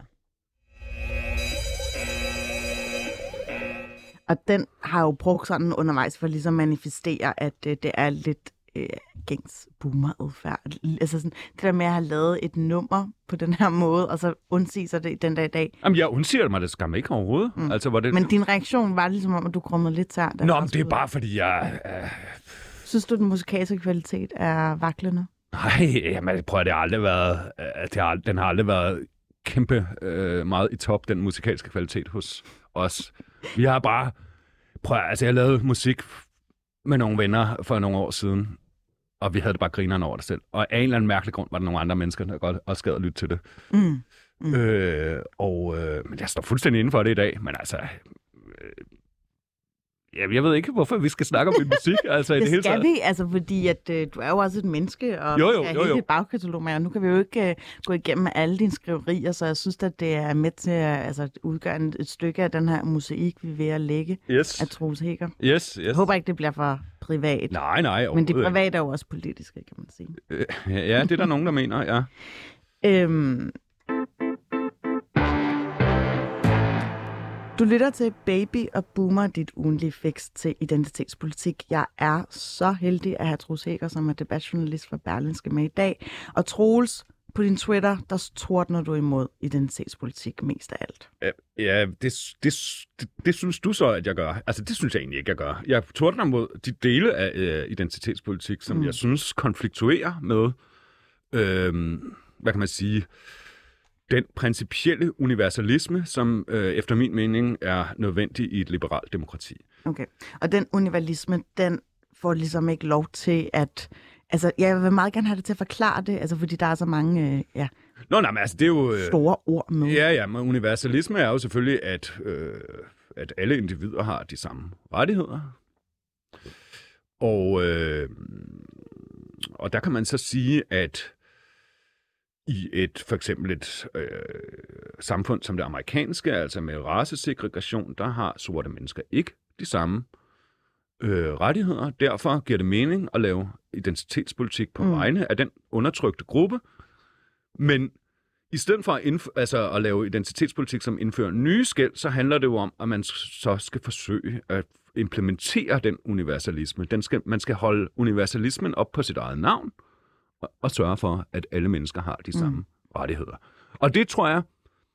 D: Og den har jo brugt sådan undervejs for ligesom at manifestere, at øh, det er lidt øh, gængs boomer-adfærd. Altså sådan, det der med at have lavet et nummer på den her måde, og så undsige sig det den dag i dag.
C: Jamen, jeg undsiger mig det skam ikke overhovedet. Mm. Altså, hvor det...
D: Men din reaktion var ligesom om, at du krummede lidt tær. da
C: Nå,
D: jeg
C: men det er
D: afspillede.
C: bare fordi, jeg... Øh...
D: Synes du, den musikalske kvalitet er vaklende?
C: Nej, jamen, prøv at det har aldrig været... Øh, det har, den har aldrig været kæmpe øh, meget i top, den musikalske kvalitet hos os. Vi har bare... Prøv at, altså, jeg lavede musik med nogle venner for nogle år siden, og vi havde det bare grineren over det selv. Og af en eller anden mærkelig grund var der nogle andre mennesker, der godt også gad at lytte til det.
D: Mm. Mm.
C: Øh, og øh, men jeg står fuldstændig inden for det i dag, men altså... Øh, ja, jeg ved ikke, hvorfor vi skal snakke om min musik, altså i det,
D: Det
C: hele
D: skal
C: taget.
D: vi, altså fordi at, øh, du er jo også et menneske, og
C: Jo, jo,
D: vi skal
C: jo,
D: have
C: jo.
D: hele et bagkatalog med, og nu kan vi jo ikke øh, gå igennem alle dine skriverier, så jeg synes, at det er med til at altså, udgøre en, et stykke af den her mosaik, vi er ved at lægge
C: Yes,
D: af Troels Hækker.
C: yes, yes.
D: Jeg håber ikke, det bliver for privat.
C: Nej, nej,
D: Men det
C: overhovedet
D: private er jo også politiske, kan man sige.
C: ikke. Øh, Ja, det er der nogen, der mener, ja.
D: Øhm. Du lytter til Baby og Boomer, dit ugenlige fix til identitetspolitik. Jeg er så heldig at have Troels Hækker, som er debatjournalist for Berlingske med i dag. Og Troels, på din Twitter, der tordner du imod identitetspolitik mest af alt.
C: Ja, Ja, det, det, det, det synes du så, at jeg gør. Altså, det synes jeg egentlig ikke, jeg gør. Jeg tordner mod de dele af øh, identitetspolitik, som mm. jeg synes konfliktuerer med, øh, hvad kan man sige, den principielle universalisme, som øh, efter min mening er nødvendig i et liberalt demokrati.
D: Okay. Og den universalisme, den får ligesom ikke lov til at... Altså, jeg vil meget gerne have det til at forklare det, altså, fordi der er så mange øh, ja,
C: Nå, nej, men altså, det er jo... Øh,
D: store ord med.
C: Ja, ja, men universalisme er jo selvfølgelig, at, øh, at alle individer har de samme rettigheder. Og, øh, og der kan man så sige, at i et for eksempel et øh, samfund som det amerikanske, altså med racesegregation, der har sorte mennesker ikke de samme øh, rettigheder. Derfor giver det mening at lave identitetspolitik på mm. vegne af den undertrykte gruppe. Men i stedet for at, indf- altså at lave identitetspolitik, som indfører nye skel, så handler det jo om, at man så skal forsøge at implementere den universalisme. Den skal, man skal holde universalismen op på sit eget navn, og, og sørge for, at alle mennesker har de samme mm. rettigheder. Og det tror jeg,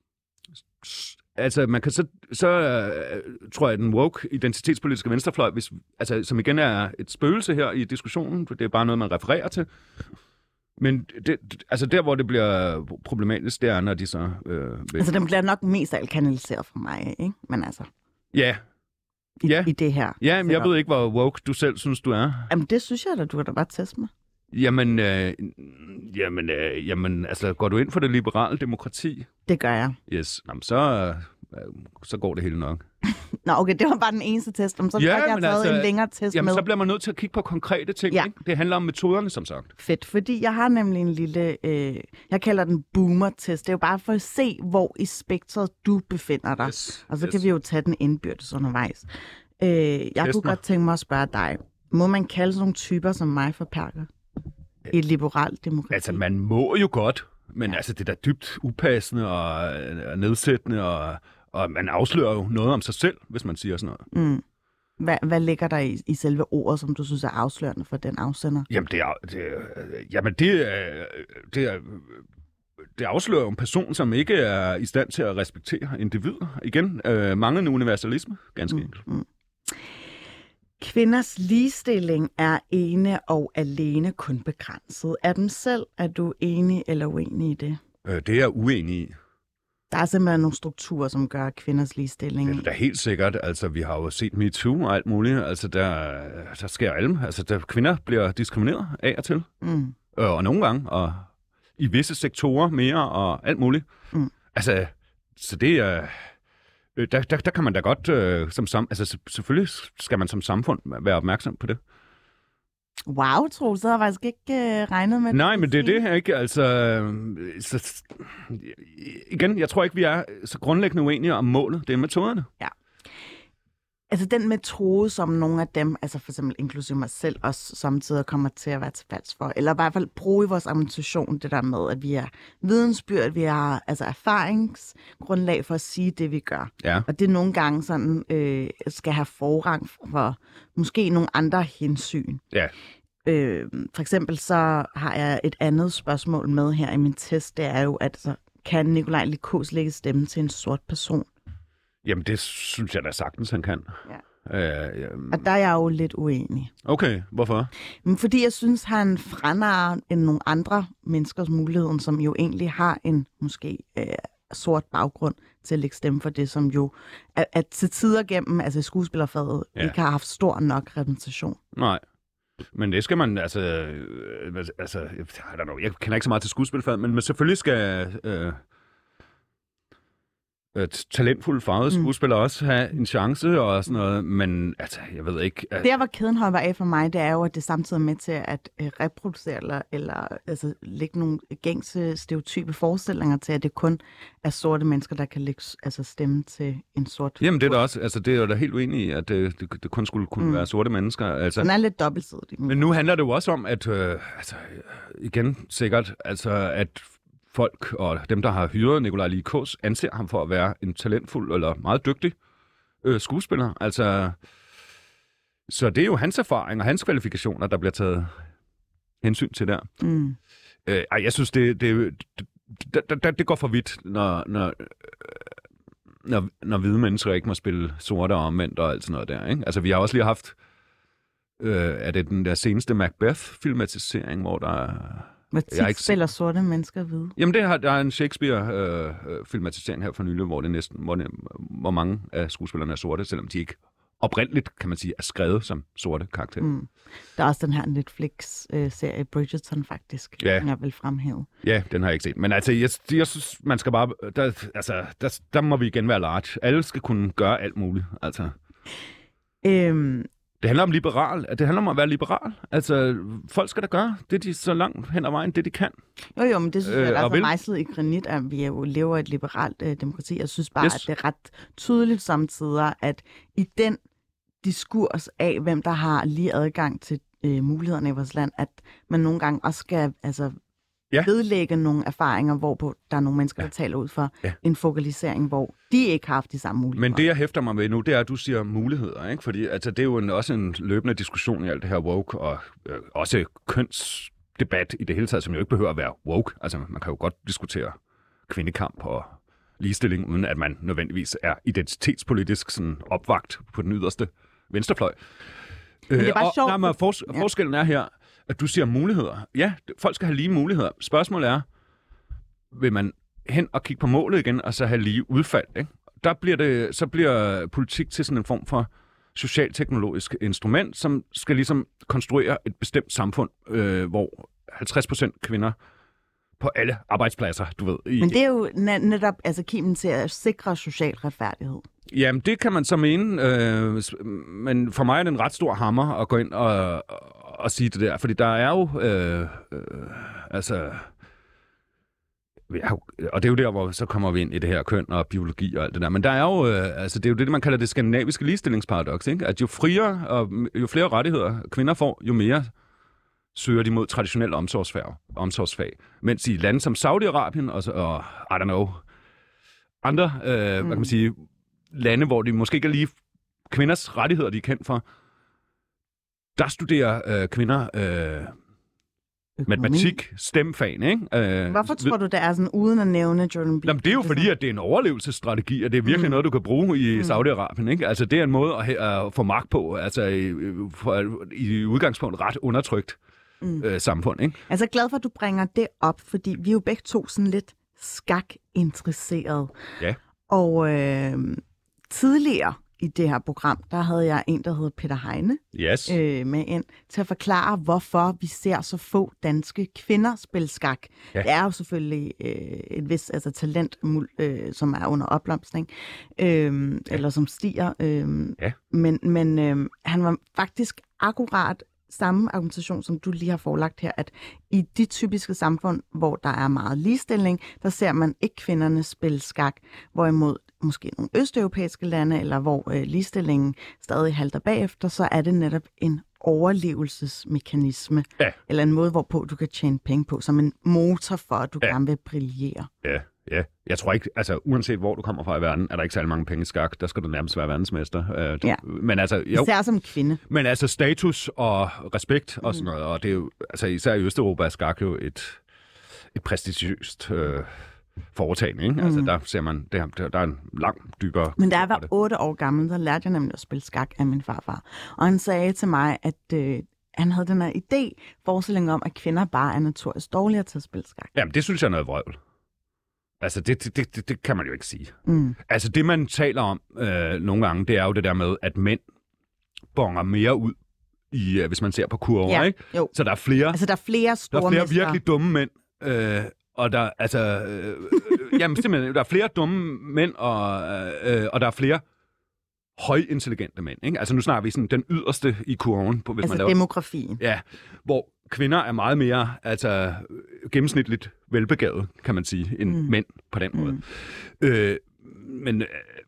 C: altså man kan så, så uh, tror jeg, at den woke identitetspolitiske venstrefløj, hvis, altså, som igen er et spøgelse her i diskussionen, for det er bare noget, man refererer til. Men det, altså der, hvor det bliver problematisk, det er, når de så... Øh, vil...
D: Altså, den bliver nok mest af alt kanaliseret for mig, ikke? Men altså,
C: Ja.
D: i,
C: Ja.
D: i det her.
C: Ja, men jeg ved ikke, hvor woke du selv synes, du er.
D: Jamen, det synes jeg da, du kan da bare teste mig.
C: Jamen, øh, jamen, øh, jamen, altså, går du ind for det liberale demokrati?
D: Det gør jeg.
C: Yes. Jamen, så, øh, så går det hele nok.
D: Nå, okay, det var bare den eneste test. Om så
C: Ja,
D: ja, jeg har
C: men
D: taget
C: altså,
D: en længere test
C: Jamen,
D: med.
C: så bliver man nødt til at kigge på konkrete ting,
D: Ja.
C: ikke? Det handler om metoderne, som sagt.
D: Fedt, fordi jeg har nemlig en lille, øh, jeg kalder den boomer-test. Det er jo bare for at se, hvor i spektret du befinder dig.
C: Yes,
D: Og så
C: yes.
D: kan vi jo tage den indbyrdes undervejs. Øh, jeg
C: Test
D: kunne
C: mig.
D: godt tænke mig at spørge dig. Må man kalde sådan nogle typer som mig for perker? I et liberalt demokrati?
C: Altså, man må jo godt, men
D: Ja.
C: altså, det er da dybt upassende og, og nedsættende, og, og man afslører jo noget om sig selv, hvis man siger sådan noget.
D: Mm. Hvad, hvad ligger der i, i selve ordet, som du synes er afslørende for den afsender?
C: Jamen, det er, det er, jamen det, er, det, er, det afslører jo en person, som ikke er i stand til at respektere individer. Igen, øh, manglende universalisme, ganske mm. enkelt. Mm.
D: Kvinders ligestilling er ene og alene kun begrænset. Er dem selv, er du enig eller uenig i det?
C: Øh, det er jeg uenig i.
D: Der er simpelthen nogle strukturer, som gør kvinders ligestilling.
C: Det er da helt sikkert. Altså, vi har jo set MeToo og alt muligt. Altså, der, der sker alt. Altså, der, kvinder bliver diskrimineret af og til. Mm. Øh, og nogle gange, og i visse sektorer mere, og alt muligt. Mm. Altså, så det er... Øh, der, der, der kan man da godt øh, som sam... Altså, selvfølgelig skal man som samfund være opmærksom på det.
D: Wow, Troels, så har jeg faktisk ikke øh, regnet med det.
C: Nej, men det er det her ikke. Altså, så, igen, jeg tror ikke, vi er så grundlæggende uenige om målet. Det er metoderne.
D: Ja. Altså den metode, som nogle af dem, altså for eksempel inklusive mig selv, også samtidig kommer til at være til falds for, eller i hvert fald bruge i vores argumentation det der med, at vi er vidensbyrd, vi har altså erfaringsgrundlag for at sige det, vi gør.
C: Ja.
D: Og det er nogle gange sådan, øh, skal have forrang for måske nogle andre hensyn.
C: Ja.
D: Øh, for eksempel så har jeg et andet spørgsmål med her i min test, det er jo, at så kan Nikolaj Lie lægge stemme til en sort person? Jamen,
C: det synes jeg da sagtens, han kan.
D: Ja. Øh, øh, og der er jeg jo lidt uenig.
C: Okay, hvorfor?
D: Men fordi jeg synes, han frenarer end nogle andre menneskers mulighed, som jo egentlig har en måske øh, sort baggrund til at lægge stemme for det, som jo at, at til tider gennem altså skuespillerfaget ja. ikke har haft stor nok repræsentation.
C: Nej. Men det skal man, altså, øh, altså I don't know, jeg kender ikke så meget til skuespillerfaget, men selvfølgelig skal... Øh, talentfulde farvede skuespillere mm. også have en chance og sådan noget, men altså, jeg ved ikke... At...
D: Der, hvor kæden hopper af for mig, det er jo, at det samtidig er med til at uh, reproducere eller, eller altså, lægge nogle gængse stereotype forestillinger til, at det kun er sorte mennesker, der kan lægge altså, stemme til en sort...
C: Jamen, det er da også, altså, det er jo da helt uenig i, at det, det, det kun skulle kunne mm. være sorte mennesker. Altså...
D: Den er lidt dobbeltsidig.
C: Men nu handler det jo også om, at, øh, altså, igen sikkert, altså, at folk og dem, der har hyret Nikolaj Lie Kaas, anser ham for at være en talentfuld eller meget dygtig øh, skuespiller. Altså, så det er jo hans erfaring og hans kvalifikationer, der bliver taget hensyn til der. Mm. Øh, ej, jeg synes, det, det, det, det, det går for vidt, når, når, når, når hvide mennesker ikke må spille sorte og omvendt og alt sådan noget der. Ikke? Altså, vi har også lige haft, øh, er det den der seneste Macbeth-filmatisering, hvor der...
D: Hvor tit ikke... spiller sorte mennesker hvide?
C: Jamen, det har, der er en Shakespeare-filmatisering øh, her for nylig, hvor det næsten, hvor, det, hvor mange af skuespillerne er sorte, selvom de ikke oprindeligt, kan man sige, er skrevet som sorte karakterer. Mm.
D: Der er også den her Netflix-serie øh, Bridgerton, faktisk, ja. Den jeg vil fremhæve.
C: Ja, den har jeg ikke set. Men altså, jeg, jeg synes, man skal bare... Der, altså, der, der må vi igen være large. Alle skal kunne gøre alt muligt, altså. Øhm... Det handler om liberal. Det handler om at være liberal. Altså, folk skal da gøre det, de så langt hen ad vejen, det de kan.
D: Jo, jo, men det synes jeg, der er for mejslet i granit, at vi jo lever i et liberalt øh, demokrati. Jeg synes bare, yes. at det er ret tydeligt samtidig, at i den diskurs af, hvem der har lige adgang til øh, mulighederne i vores land, at man nogle gange også skal altså, ja. vedlægge nogle erfaringer, hvorpå der er nogle mennesker, ja. der taler ud for ja. en fokalisering, hvor de ikke har haft de samme muligheder.
C: Men det, jeg hæfter mig ved nu, det er, at du siger muligheder, ikke? Fordi altså, det er jo en, også en løbende diskussion i alt det her woke, og øh, også kønsdebat i det hele taget, som jo ikke behøver at være woke. Altså, man kan jo godt diskutere kvindekamp og ligestilling, uden at man nødvendigvis er identitetspolitisk sådan opvagt på den yderste venstrefløj.
D: Men det er bare
C: øh, og,
D: sjovt.
C: Nej, men fors- ja. forskellen er her, at du siger muligheder. Ja, folk skal have lige muligheder. Spørgsmålet er, vil man hen og kigge på målet igen, og så have lige udfald, ikke? Der bliver det, så bliver politik til sådan en form for socialteknologisk instrument, som skal ligesom konstruere et bestemt samfund, øh, hvor halvtreds procent kvinder på alle arbejdspladser, du ved. I,
D: Men det er jo netop altså kimen til at sikre social retfærdighed.
C: Jamen, det kan man så mene, øh, men for mig er det en ret stor hammer at gå ind og, og, og sige det der, fordi der er jo, øh, øh, altså, og det er jo der, hvor så kommer vi ind i det her køn og biologi og alt det der, men der er jo, øh, altså det er jo det, man kalder det skandinaviske ligestillingsparadoks, ikke? At jo friere og jo flere rettigheder kvinder får, jo mere søger de mod traditionelle omsorgsfag, omsorgsfag. Mens i lande som Saudi-Arabien og, og I don't know, andre, øh, mm. hvad kan man sige, lande, hvor de måske ikke er lige kvinders rettigheder, de er kendt for, der studerer øh, kvinder øh,
D: økonomi.
C: Matematik, stemfagene, ikke? Øh,
D: Hvorfor tror du, det er sådan, uden at nævne Jordan B?
C: Jamen, det er jo fordi, at det er en overlevelsesstrategi, og det er virkelig mm. noget, du kan bruge i mm. Saudi-Arabien, ikke? Altså, det er en måde at, at få magt på, altså i, for, i udgangspunkt ret undertrykt mm. øh, samfund, ikke?
D: Altså, jeg er glad for, at du bringer det op, fordi vi er jo begge to sådan lidt skak-interesserede.
C: Ja.
D: Og øh, tidligere i det her program, der havde jeg en, der hed Peter Heine
C: yes.
D: øh, med ind til at forklare, hvorfor vi ser så få danske kvinder spille skak. Ja. Det er jo selvfølgelig øh, et vis altså, talent, øh, som er under opblomstring, øh, ja. eller som stiger. Øh,
C: ja.
D: Men, men øh, han var faktisk akkurat samme argumentation, som du lige har forelagt her, at i de typiske samfund, hvor der er meget ligestilling, der ser man ikke kvinderne spille skak, hvorimod måske nogle østeuropæiske lande, eller hvor øh, ligestillingen stadig halter bagefter, så er det netop en overlevelsesmekanisme,
C: ja.
D: eller en måde, hvorpå du kan tjene penge på, som en motor for, at du
C: ja.
D: gerne vil brillere.
C: Ja, ja. Jeg tror ikke, altså uanset hvor du kommer fra i verden, er der ikke særlig mange penge i skak. Der skal du nærmest være verdensmester. Øh,
D: ja.
C: Men altså, jo.
D: Især som kvinde.
C: Men altså status og respekt og sådan noget, og det er jo, altså især i Østeuropa er skak jo et, et prestigiøst øh, foretagende, ikke? Mm. Altså der ser man, der, der er en lang, dybere...
D: Men da jeg var otte år gammel, der lærte jeg nemlig at spille skak af min farfar. Og han sagde til mig, at øh, han havde den her idé, forestilling om, at kvinder bare er notorisk dårligere til at spille skak.
C: Jamen, det synes jeg er noget vrøvl. Altså, det, det, det, det kan man jo ikke sige.
D: Mm.
C: Altså, det man taler om øh, nogle gange, det er jo det der med, at mænd bonger mere ud, i, øh, hvis man ser på kurver,
D: ja,
C: ikke?
D: Jo.
C: Så der er flere...
D: Altså, der er flere store
C: Der er flere
D: mestre.
C: virkelig dumme mænd, øh, og der, altså... Øh, jamen, simpelthen, der er flere dumme mænd, og, øh, og der er flere højintelligente mænd, ikke? Altså, nu snakker vi sådan den yderste i kurven. På, hvis
D: altså
C: man laver,
D: demografien.
C: Ja, hvor kvinder er meget mere altså, gennemsnitligt velbegavet, kan man sige, end mm. mænd på den måde. Mm. Øh, men,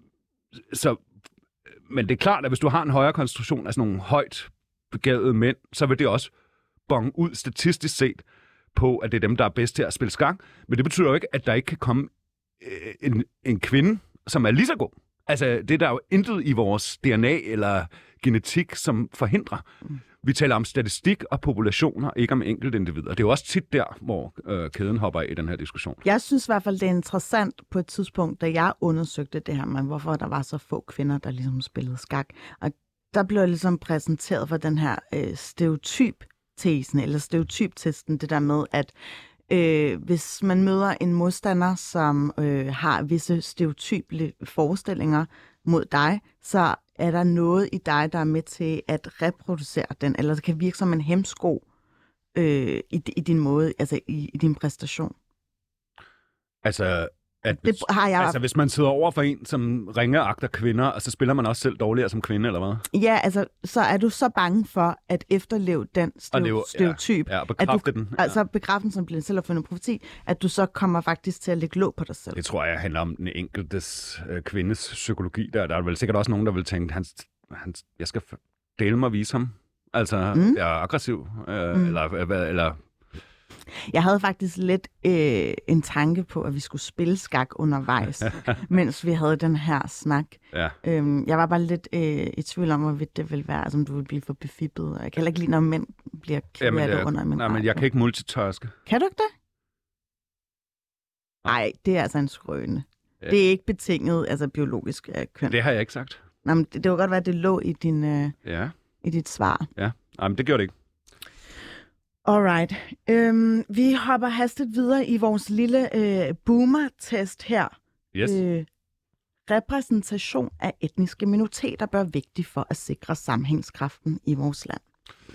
C: så, men det er klart, at hvis du har en højere konstruktion af sådan nogle højt begavede mænd, så vil det også bonge ud statistisk set på, at det er dem, der er bedst til at spille skak. Men det betyder jo ikke, at der ikke kan komme en, en kvinde, som er lige så god. Altså, det er der jo intet i vores D N A eller genetik, som forhindrer. Mm. Vi taler om statistik og populationer, ikke om enkelte individer. Det er jo også tit der, hvor øh, kæden hopper af i den her diskussion.
D: Jeg synes i hvert fald, det er interessant på et tidspunkt, da jeg undersøgte det her med, hvorfor der var så få kvinder, der ligesom spillede skak. Og der blev jeg ligesom præsenteret for den her øh, stereotyp-tesen, eller stereotyp-testen, det der med, at øh, hvis man møder en modstander, som øh, har visse stereotype forestillinger mod dig, så er der noget i dig, der er med til at reproducere den, eller det kan virke som en hemsko øh, i, i din måde, altså i, i din præstation.
C: Altså, at
D: det har jeg...
C: altså, hvis man sidder over for en, som ringeagter kvinder, og så spiller man også selv dårligere som kvinde, eller hvad?
D: Ja, altså, så er du så bange for at efterleve den stereo- leve, stereotyp.
C: Ja, ja, og bekræfte
D: du,
C: den. Ja.
D: Altså bekræfte den, som bliver selv fundet profeti, at du så kommer faktisk til at lægge låg på dig selv.
C: Det tror jeg handler om den enkeltes øh, kvindes psykologi. Der. der er vel sikkert også nogen, der vil tænke, han, han, jeg skal dele mig og vise ham. Altså, mm. jeg er aggressiv, øh, mm. eller, eller, eller
D: jeg havde faktisk lidt øh, en tanke på, at vi skulle spille skak undervejs, mens vi havde den her snak.
C: Ja.
D: Øhm, jeg var bare lidt øh, i tvivl om, hvorvidt det ville være, altså om du ville blive for befippet. Jeg kan heller ikke lide, når mænd bliver ked af det under min
C: Nej, men jeg kan ikke multitaske.
D: Kan du ikke det? Nej, det er altså en skrøne. Ja. Det er ikke betinget, altså biologisk af køn.
C: Det har jeg ikke sagt.
D: Nå, men det, det var godt være, at det lå i, din, øh,
C: ja.
D: i dit svar.
C: Ja, nej, men det gjorde det ikke.
D: Alright. Øhm, vi hopper hastigt videre i vores lille øh, boomer-test her.
C: Yes. Øh,
D: repræsentation af etniske minoriteter bør vigtig for at sikre sammenhængskraften i vores land.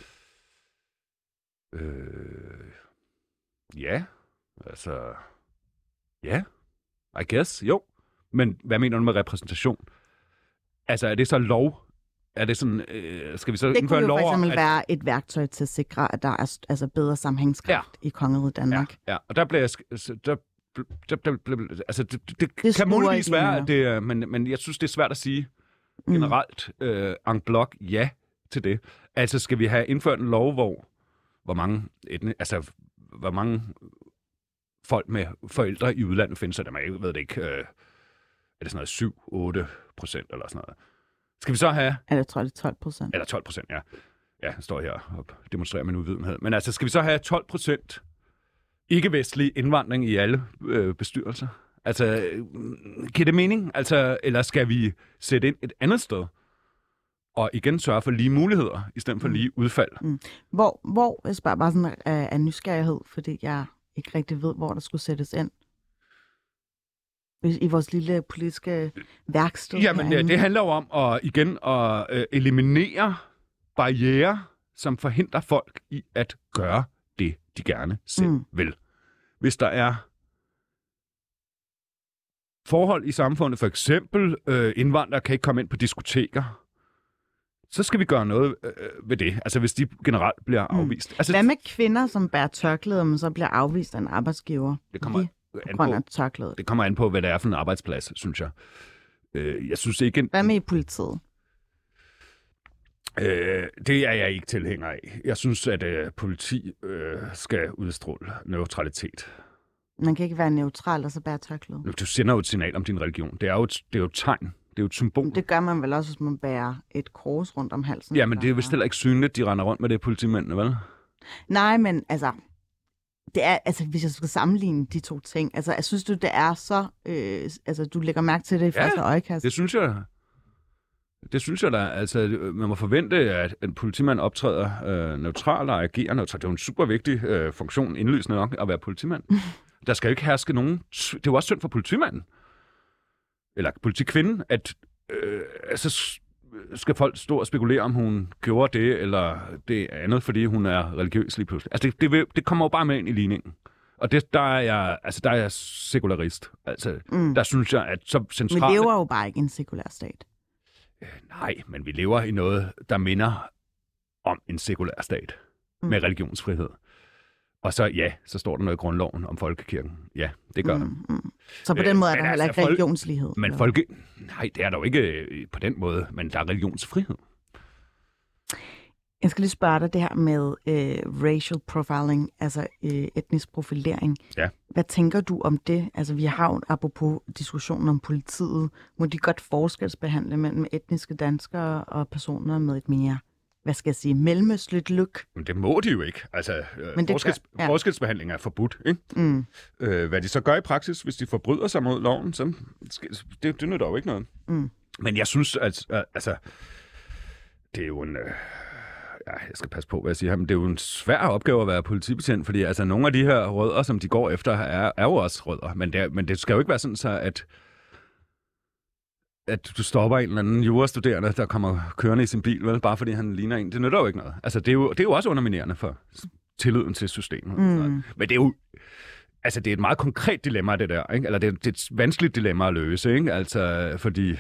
C: Øh, ja, altså... Ja, I guess, jo. Men hvad mener du med repræsentation? Altså, er det så lov? Er det sådan, øh, skal vi så
D: det
C: indføre lov?
D: Det kunne jo for eksempel
C: at...
D: være et værktøj til at sikre, at der er altså bedre sammenhængskraft ja. i kongeriget Danmark.
C: Ja, ja, og der bliver jeg... Der, der, der, der, altså, det, det, det kan muligvis være, at det, men, men jeg synes, det er svært at sige generelt mm. øh, en blok ja til det. Altså, skal vi have indført en lov, hvor, hvor mange etne, altså, hvor mange folk med forældre i udlandet findes, så der jeg ved det ikke, øh, er det sådan noget syv otte procent eller sådan noget. Skal vi så have...
D: Eller tror jeg, det er tolv procent.
C: Eller tolv procent, ja. Ja, jeg står her og demonstrerer min uvidenhed. Men altså, skal vi så have tolv procent ikke-vestlig indvandring i alle øh, bestyrelser? Altså, øh, giver det mening? Altså, eller skal vi sætte ind et andet sted? Og igen sørge for lige muligheder, i stedet for lige udfald.
D: Mm. Hvor, hvor, jeg spørger bare sådan af, af nysgerrighed, fordi jeg ikke rigtig ved, hvor der skulle sættes ind. I vores lille politiske værksted.
C: Jamen, det, det handler jo om at, igen at øh, eliminere barrierer, som forhindrer folk i at gøre det, de gerne selv mm. vil. Hvis der er forhold i samfundet, for eksempel øh, indvandrere kan ikke komme ind på diskoteker, så skal vi gøre noget øh, ved det. Altså hvis de generelt bliver afvist. Mm. Altså,
D: hvad med kvinder, som bærer tørklæder, men så bliver afvist af en arbejdsgiver?
C: Det kommer,
D: an på,
C: det kommer an på, hvad det er for en arbejdsplads, synes jeg. Øh, jeg synes ikke... En...
D: Hvad med i politiet?
C: Øh, det er jeg ikke tilhænger af. Jeg synes, at øh, politi øh, skal udstråle neutralitet.
D: Man kan ikke være neutral og så bære tørklæde.
C: Du sender jo et signal om din religion. Det er jo et, det er jo et tegn. Det er jo et symbol.
D: Det gør man vel også, hvis man bærer et kors rundt om halsen.
C: Ja, men det er vist heller ikke synligt, de render rundt med det, politimændene, vel?
D: Nej, men altså... Det er, altså, hvis jeg skal sammenligne de to ting, altså, jeg synes du, det er så... Øh, altså, du lægger mærke til det i første
C: ja,
D: øjekast.
C: det synes jeg. Det synes jeg da. Altså, man må forvente, at en politimand optræder øh, neutral og agerer neutralt. Det er jo en super vigtig øh, funktion, indlysende nok, at være politimand. Der skal jo ikke herske nogen... Det er jo også synd for politimanden. Eller politikvinden, at øh, altså, skal folk stå og spekulere, om hun gjorde det eller det andet, fordi hun er religiøs lige pludselig. Altså, det, det, vil, det kommer jo bare med ind i ligningen. Og det, der er jeg, altså, der er jeg sekularist. Altså, mm. der synes jeg, at så centrale...
D: Men vi lever jo bare ikke i en sekulær stat.
C: Øh, nej, men vi lever i noget, der minder om en sekulær stat mm. med religionsfrihed. Og så, ja, så står der noget i grundloven om folkekirken. Ja, det gør mm, det. Mm.
D: Så på den måde øh, er der heller altså, ikke religionslighed?
C: Men folke... Nej, det er der jo ikke på den måde, men der er religionsfrihed.
D: Jeg skal lige spørge dig det her med øh, racial profiling, altså øh, etnisk profilering.
C: Ja.
D: Hvad tænker du om det? Altså, vi har jo apropos diskussionen om politiet. Må de godt forskelsbehandle mellem etniske danskere og personer med et mere... hvad skal jeg sige, mellemøstligt look?
C: Men det må de jo ikke. Altså, øh, forskels, gør, ja. forskelsbehandling er forbudt, ikke? Mm. Øh, hvad de så gør i praksis, hvis de forbryder sig mod loven, så det, det nytter jo ikke noget. Mm. Men jeg synes, at altså, det er jo en... Øh, ja, jeg skal passe på, hvad jeg siger her, men det er jo en svær opgave at være politibetjent, fordi altså, nogle af de her rødder, som de går efter, er, er jo også rødder. Men det, men det skal jo ikke være sådan så, at at du stopper en eller anden jurastuderende, der kommer kørende i sin bil, vel, bare fordi han ligner en. Det nytter jo ikke noget. Altså, det er jo, det er jo også underminerende for tilliden til systemet. Mm. Men det er jo... Altså, det er et meget konkret dilemma, det der, ikke? Eller det er, det er et vanskeligt dilemma at løse, ikke? Altså, fordi...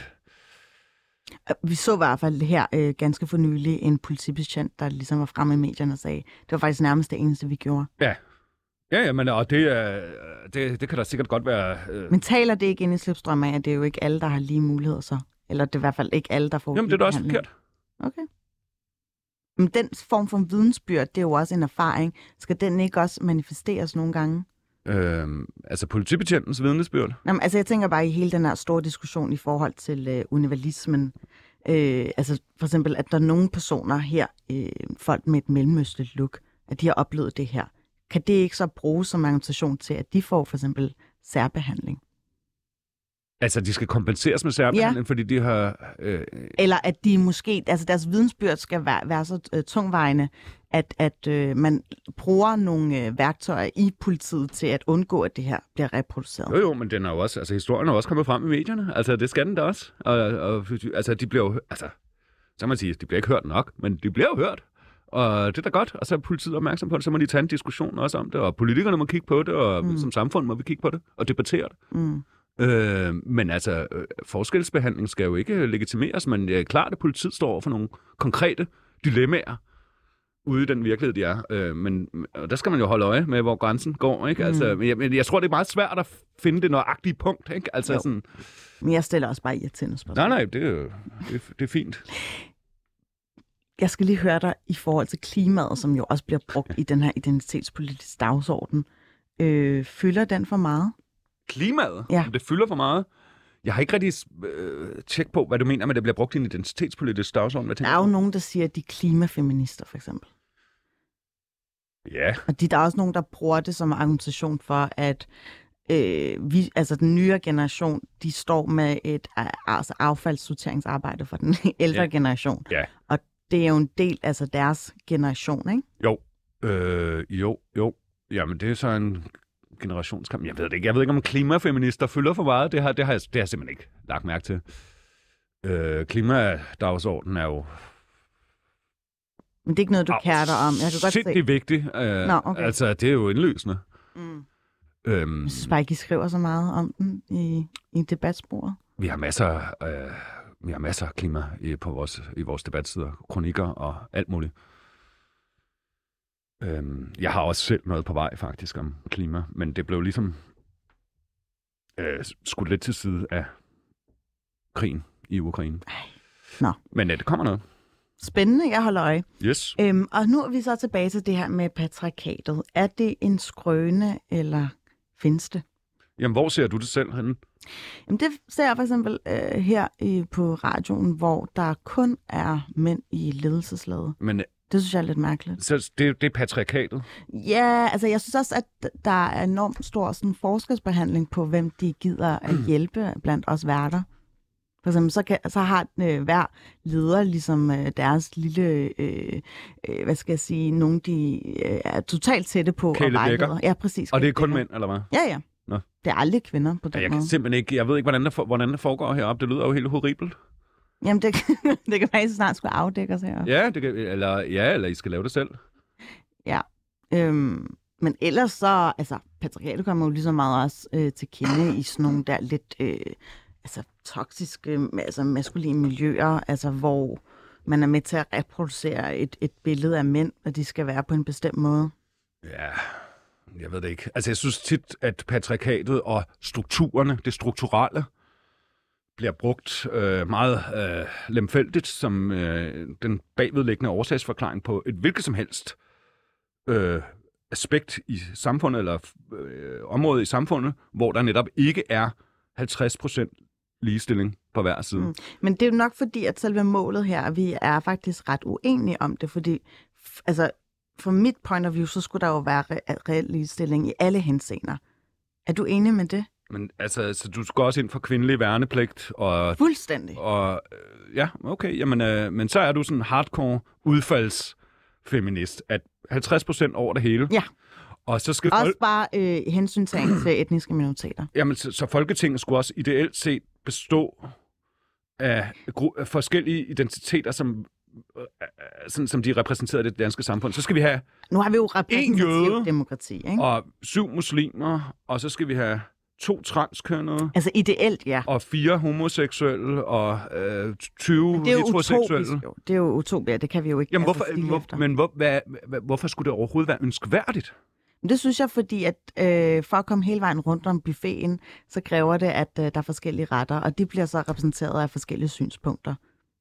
D: Vi så i hvert fald her øh, ganske for nylig en politibetjent, der ligesom var fremme i medierne og sagde, det var faktisk nærmest det eneste, vi gjorde.
C: Ja. Ja, ja, men og det, er, det, det kan da sikkert godt være... Øh...
D: Men taler det ikke ind i slipstrøm af, at det er jo ikke alle, der har lige muligheder så? Eller det er i hvert fald ikke alle, der får...
C: Jamen, det er da også forkert.
D: Okay. Men den form for vidensbyrd, det er jo også en erfaring. Skal den ikke også manifesteres nogle gange?
C: Øhm, altså politibetjentens vidnesbyrd?
D: Jamen, altså jeg tænker bare i hele den her store diskussion i forhold til øh, universalismen. Øh, altså for eksempel, at der er nogle personer her, øh, folk med et mellemøstligt look, at de har oplevet det her. Kan det ikke så bruges som argumentation til, at de får for eksempel særbehandling?
C: Altså, de skal kompenseres med særbehandling, ja. Fordi de har... Øh...
D: Eller at de måske... Altså, deres vidensbyrd skal være, være så øh, tungvejende, at, at øh, man bruger nogle øh, værktøjer i politiet til at undgå, at det her bliver reproduceret.
C: Jo, jo, men den er jo også... Altså, historien er også kommet frem i medierne. Altså, det skal den da også. Og, og altså, de bliver jo... Altså, så kan man sige, de bliver ikke hørt nok, men de bliver jo hørt. Og det er da godt, og så er politiet opmærksom på det, så må de tage en diskussion også om det, og politikerne må kigge på det, og mm. som samfund må vi kigge på det, og debattere det. Mm. Øh, men altså, øh, forskelsbehandling skal jo ikke legitimeres, men det er klart, at politiet står over for nogle konkrete dilemmaer ude i den virkelighed, de er. Øh, men der skal man jo holde øje med, hvor grænsen går, ikke? Mm. Altså, men jeg, men jeg tror, det er meget svært at finde det nøjagtige punkt, ikke? Altså jo. Sådan...
D: Men jeg stiller også bare irriterende spørgsmål.
C: Nej, nej, det er, det, det er fint.
D: Jeg skal lige høre dig i forhold til klimaet, som jo også bliver brugt i den her identitetspolitiske dagsorden. Øh, fylder den for meget?
C: Klimaet?
D: Ja.
C: Det fylder for meget? Jeg har ikke rigtig øh, tjekket på, hvad du mener med, at det bliver brugt i en identitetspolitisk dagsorden. Hvad
D: Der er jo
C: du?
D: nogen, der siger, at de er klimafeminister, for eksempel.
C: Ja.
D: Og de, der er også nogen, der bruger det som argumentation for, at øh, vi, altså den nye generation, de står med et altså affaldssorteringsarbejde for den ældre
C: Ja.
D: generation.
C: Ja.
D: Og det er jo en del af altså deres generation, ikke?
C: Jo. Øh, jo, jo. Jamen, det er så en generationskamp. Jeg ved det ikke. Jeg ved ikke, om klimafeminister fylder for meget. Det har, det har, jeg, det har jeg simpelthen ikke lagt mærke til. Øh, klimadagsordenen er jo
D: Men det er ikke noget, du
C: Au,
D: kærer dig om. Jeg kan godt se.
C: sindssygt vigtigt. Øh,
D: Nå, okay.
C: Altså, det er jo indløsende.
D: Mm.
C: Øhm,
D: Jeg synes bare ikke, I skriver så meget om den i, i debatsporet.
C: vi har masser, øh, vi har masser af klima i, på vores, i vores debatsider, kronikker og alt muligt. Øhm, jeg har også selv noget på vej faktisk om klima, men det blev ligesom øh, skudt lidt til side af krigen i Ukraine.
D: Nå.
C: Men øh, det kommer noget.
D: Spændende, jeg holder øje.
C: Yes.
D: Øhm, og nu er vi så tilbage til det her med patriarkatet. Er det en skrøne, eller findes det?
C: Jamen, hvor ser du det selv henne?
D: Jamen, det ser jeg for eksempel øh, her i, på radioen, hvor der kun er mænd i ledelseslaget.
C: Men
D: Det synes jeg er lidt mærkeligt.
C: så det, det er patriarkatet.
D: Ja, altså jeg synes også, at der er enormt stor sådan, forskelsbehandling på, hvem de gider at hjælpe blandt os værter. For eksempel, så, kan, så har øh, hver leder ligesom øh, deres lille, øh, øh, hvad skal jeg sige, nogen de øh, er totalt tætte på.
C: Kæle
D: og
C: Becker.
D: vejleder. Ja, præcis.
C: Og det er
D: Kæle
C: kun
D: Becker.
C: mænd, eller hvad?
D: Ja, ja.
C: Nå.
D: Det er aldrig kvinder på den
C: Jeg
D: måde.
C: kan simpelthen ikke, jeg ved ikke, hvordan det, for, hvordan det foregår heroppe. Det lyder jo helt horribelt.
D: Jamen, det, det kan være, at I snart skulle afdække os her.
C: Ja, det kan, eller, ja, eller I skal lave det selv.
D: Ja. Øhm, men ellers så, altså, patriarkatet kommer jo lige så meget også øh, til kende i sådan nogle der lidt, øh, altså, toksiske, altså, maskuline miljøer, altså, hvor man er med til at reproducere et, et billede af mænd, og de skal være på en bestemt måde.
C: Ja, jeg ved det ikke. Altså, jeg synes tit, at patriarkatet og strukturerne, det strukturelle, bliver brugt øh, meget øh, lemfældigt som øh, den bagvedliggende årsagsforklaring på et hvilket som helst øh, aspekt i samfundet, eller øh, område i samfundet, hvor der netop ikke er halvtreds procent ligestilling på hver side. Mm.
D: Men det er jo nok fordi, at selve målet her, vi er faktisk ret uenige om det, fordi f- altså, fra mit point of view, så skulle der jo være re- reel ligestilling i alle henseender. Er du enig med det?
C: Men altså, så du skal også ind for kvindelig værnepligt, og
D: Fuldstændig.
C: Og øh, ja, okay, jamen, øh, men så er du sådan hardcore udfaldsfeminist, at halvtreds procent over det hele.
D: Ja.
C: Og så skal
D: Også
C: folk,
D: bare øh, hensyntagen til etniske minoriteter.
C: jamen, så, så Folketinget skulle også ideelt set bestå af, gru- af forskellige identiteter, som, øh, sådan, som de repræsenterer i det danske samfund. Så skal vi have
D: Nu har vi jo
C: jøde.
D: repræsentativt demokrati, ikke?
C: og syv muslimer, og så skal vi have to transkønnede,
D: Altså ideelt, ja.
C: og fire homoseksuelle, og øh, tyve
D: Det er jo
C: heteroseksuelle.
D: utopisk. Jo. Det er jo utopia, det kan vi jo ikke.
C: Jamen,
D: altså,
C: hvorfor,
D: stile
C: hvor,
D: efter.
C: men hvor, hvad, hvad, hvorfor skulle det overhovedet være ønskværdigt?
D: Men det synes jeg, fordi at øh, for at komme hele vejen rundt om buffeten, så kræver det, at øh, der er forskellige retter, og de bliver så repræsenteret af forskellige synspunkter.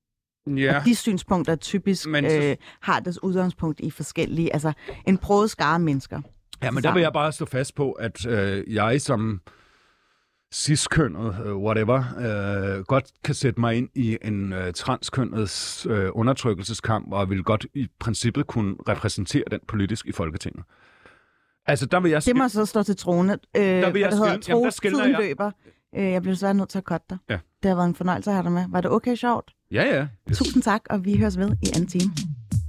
C: Ja,
D: Og de synspunkter typisk
C: Men så-
D: øh, har deres udgangspunkt i forskellige, altså en broget skare af mennesker.
C: ja men der vil jeg bare stå fast på, at øh, jeg som cis-kønnet, øh, whatever, øh, godt kan sætte mig ind i en øh, transkønnets øh, undertrykkelseskamp, og vil godt i princippet kunne repræsentere den politisk i Folketinget. Altså, der vil jeg...
D: Det må så stå til trone. Øh,
C: Der vil jeg
D: hvad det hedder,
C: skille- jamen,
D: tro,
C: der skiller
D: tiden
C: jeg.
D: løber. Øh, jeg bliver desværre nødt til at cutte dig.
C: Ja.
D: Det har været en fornøjelse at have dig med. Var det okay sjovt?
C: Ja, ja. Yes.
D: Tusind tak, og vi høres ved i anden time.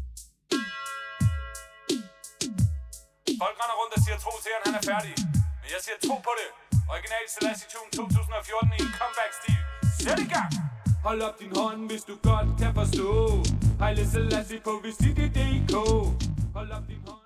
E: Folk render rundt og siger, tro til, at han er færdig. Men jeg siger, tro på det. Original Selassie Tune to tusind og fjorten i en comeback-stil. Sæt i gang! Hold op din hånd, hvis du godt kan forstå. Hejle Selassie på visit punktum d k. Hold op din hånd.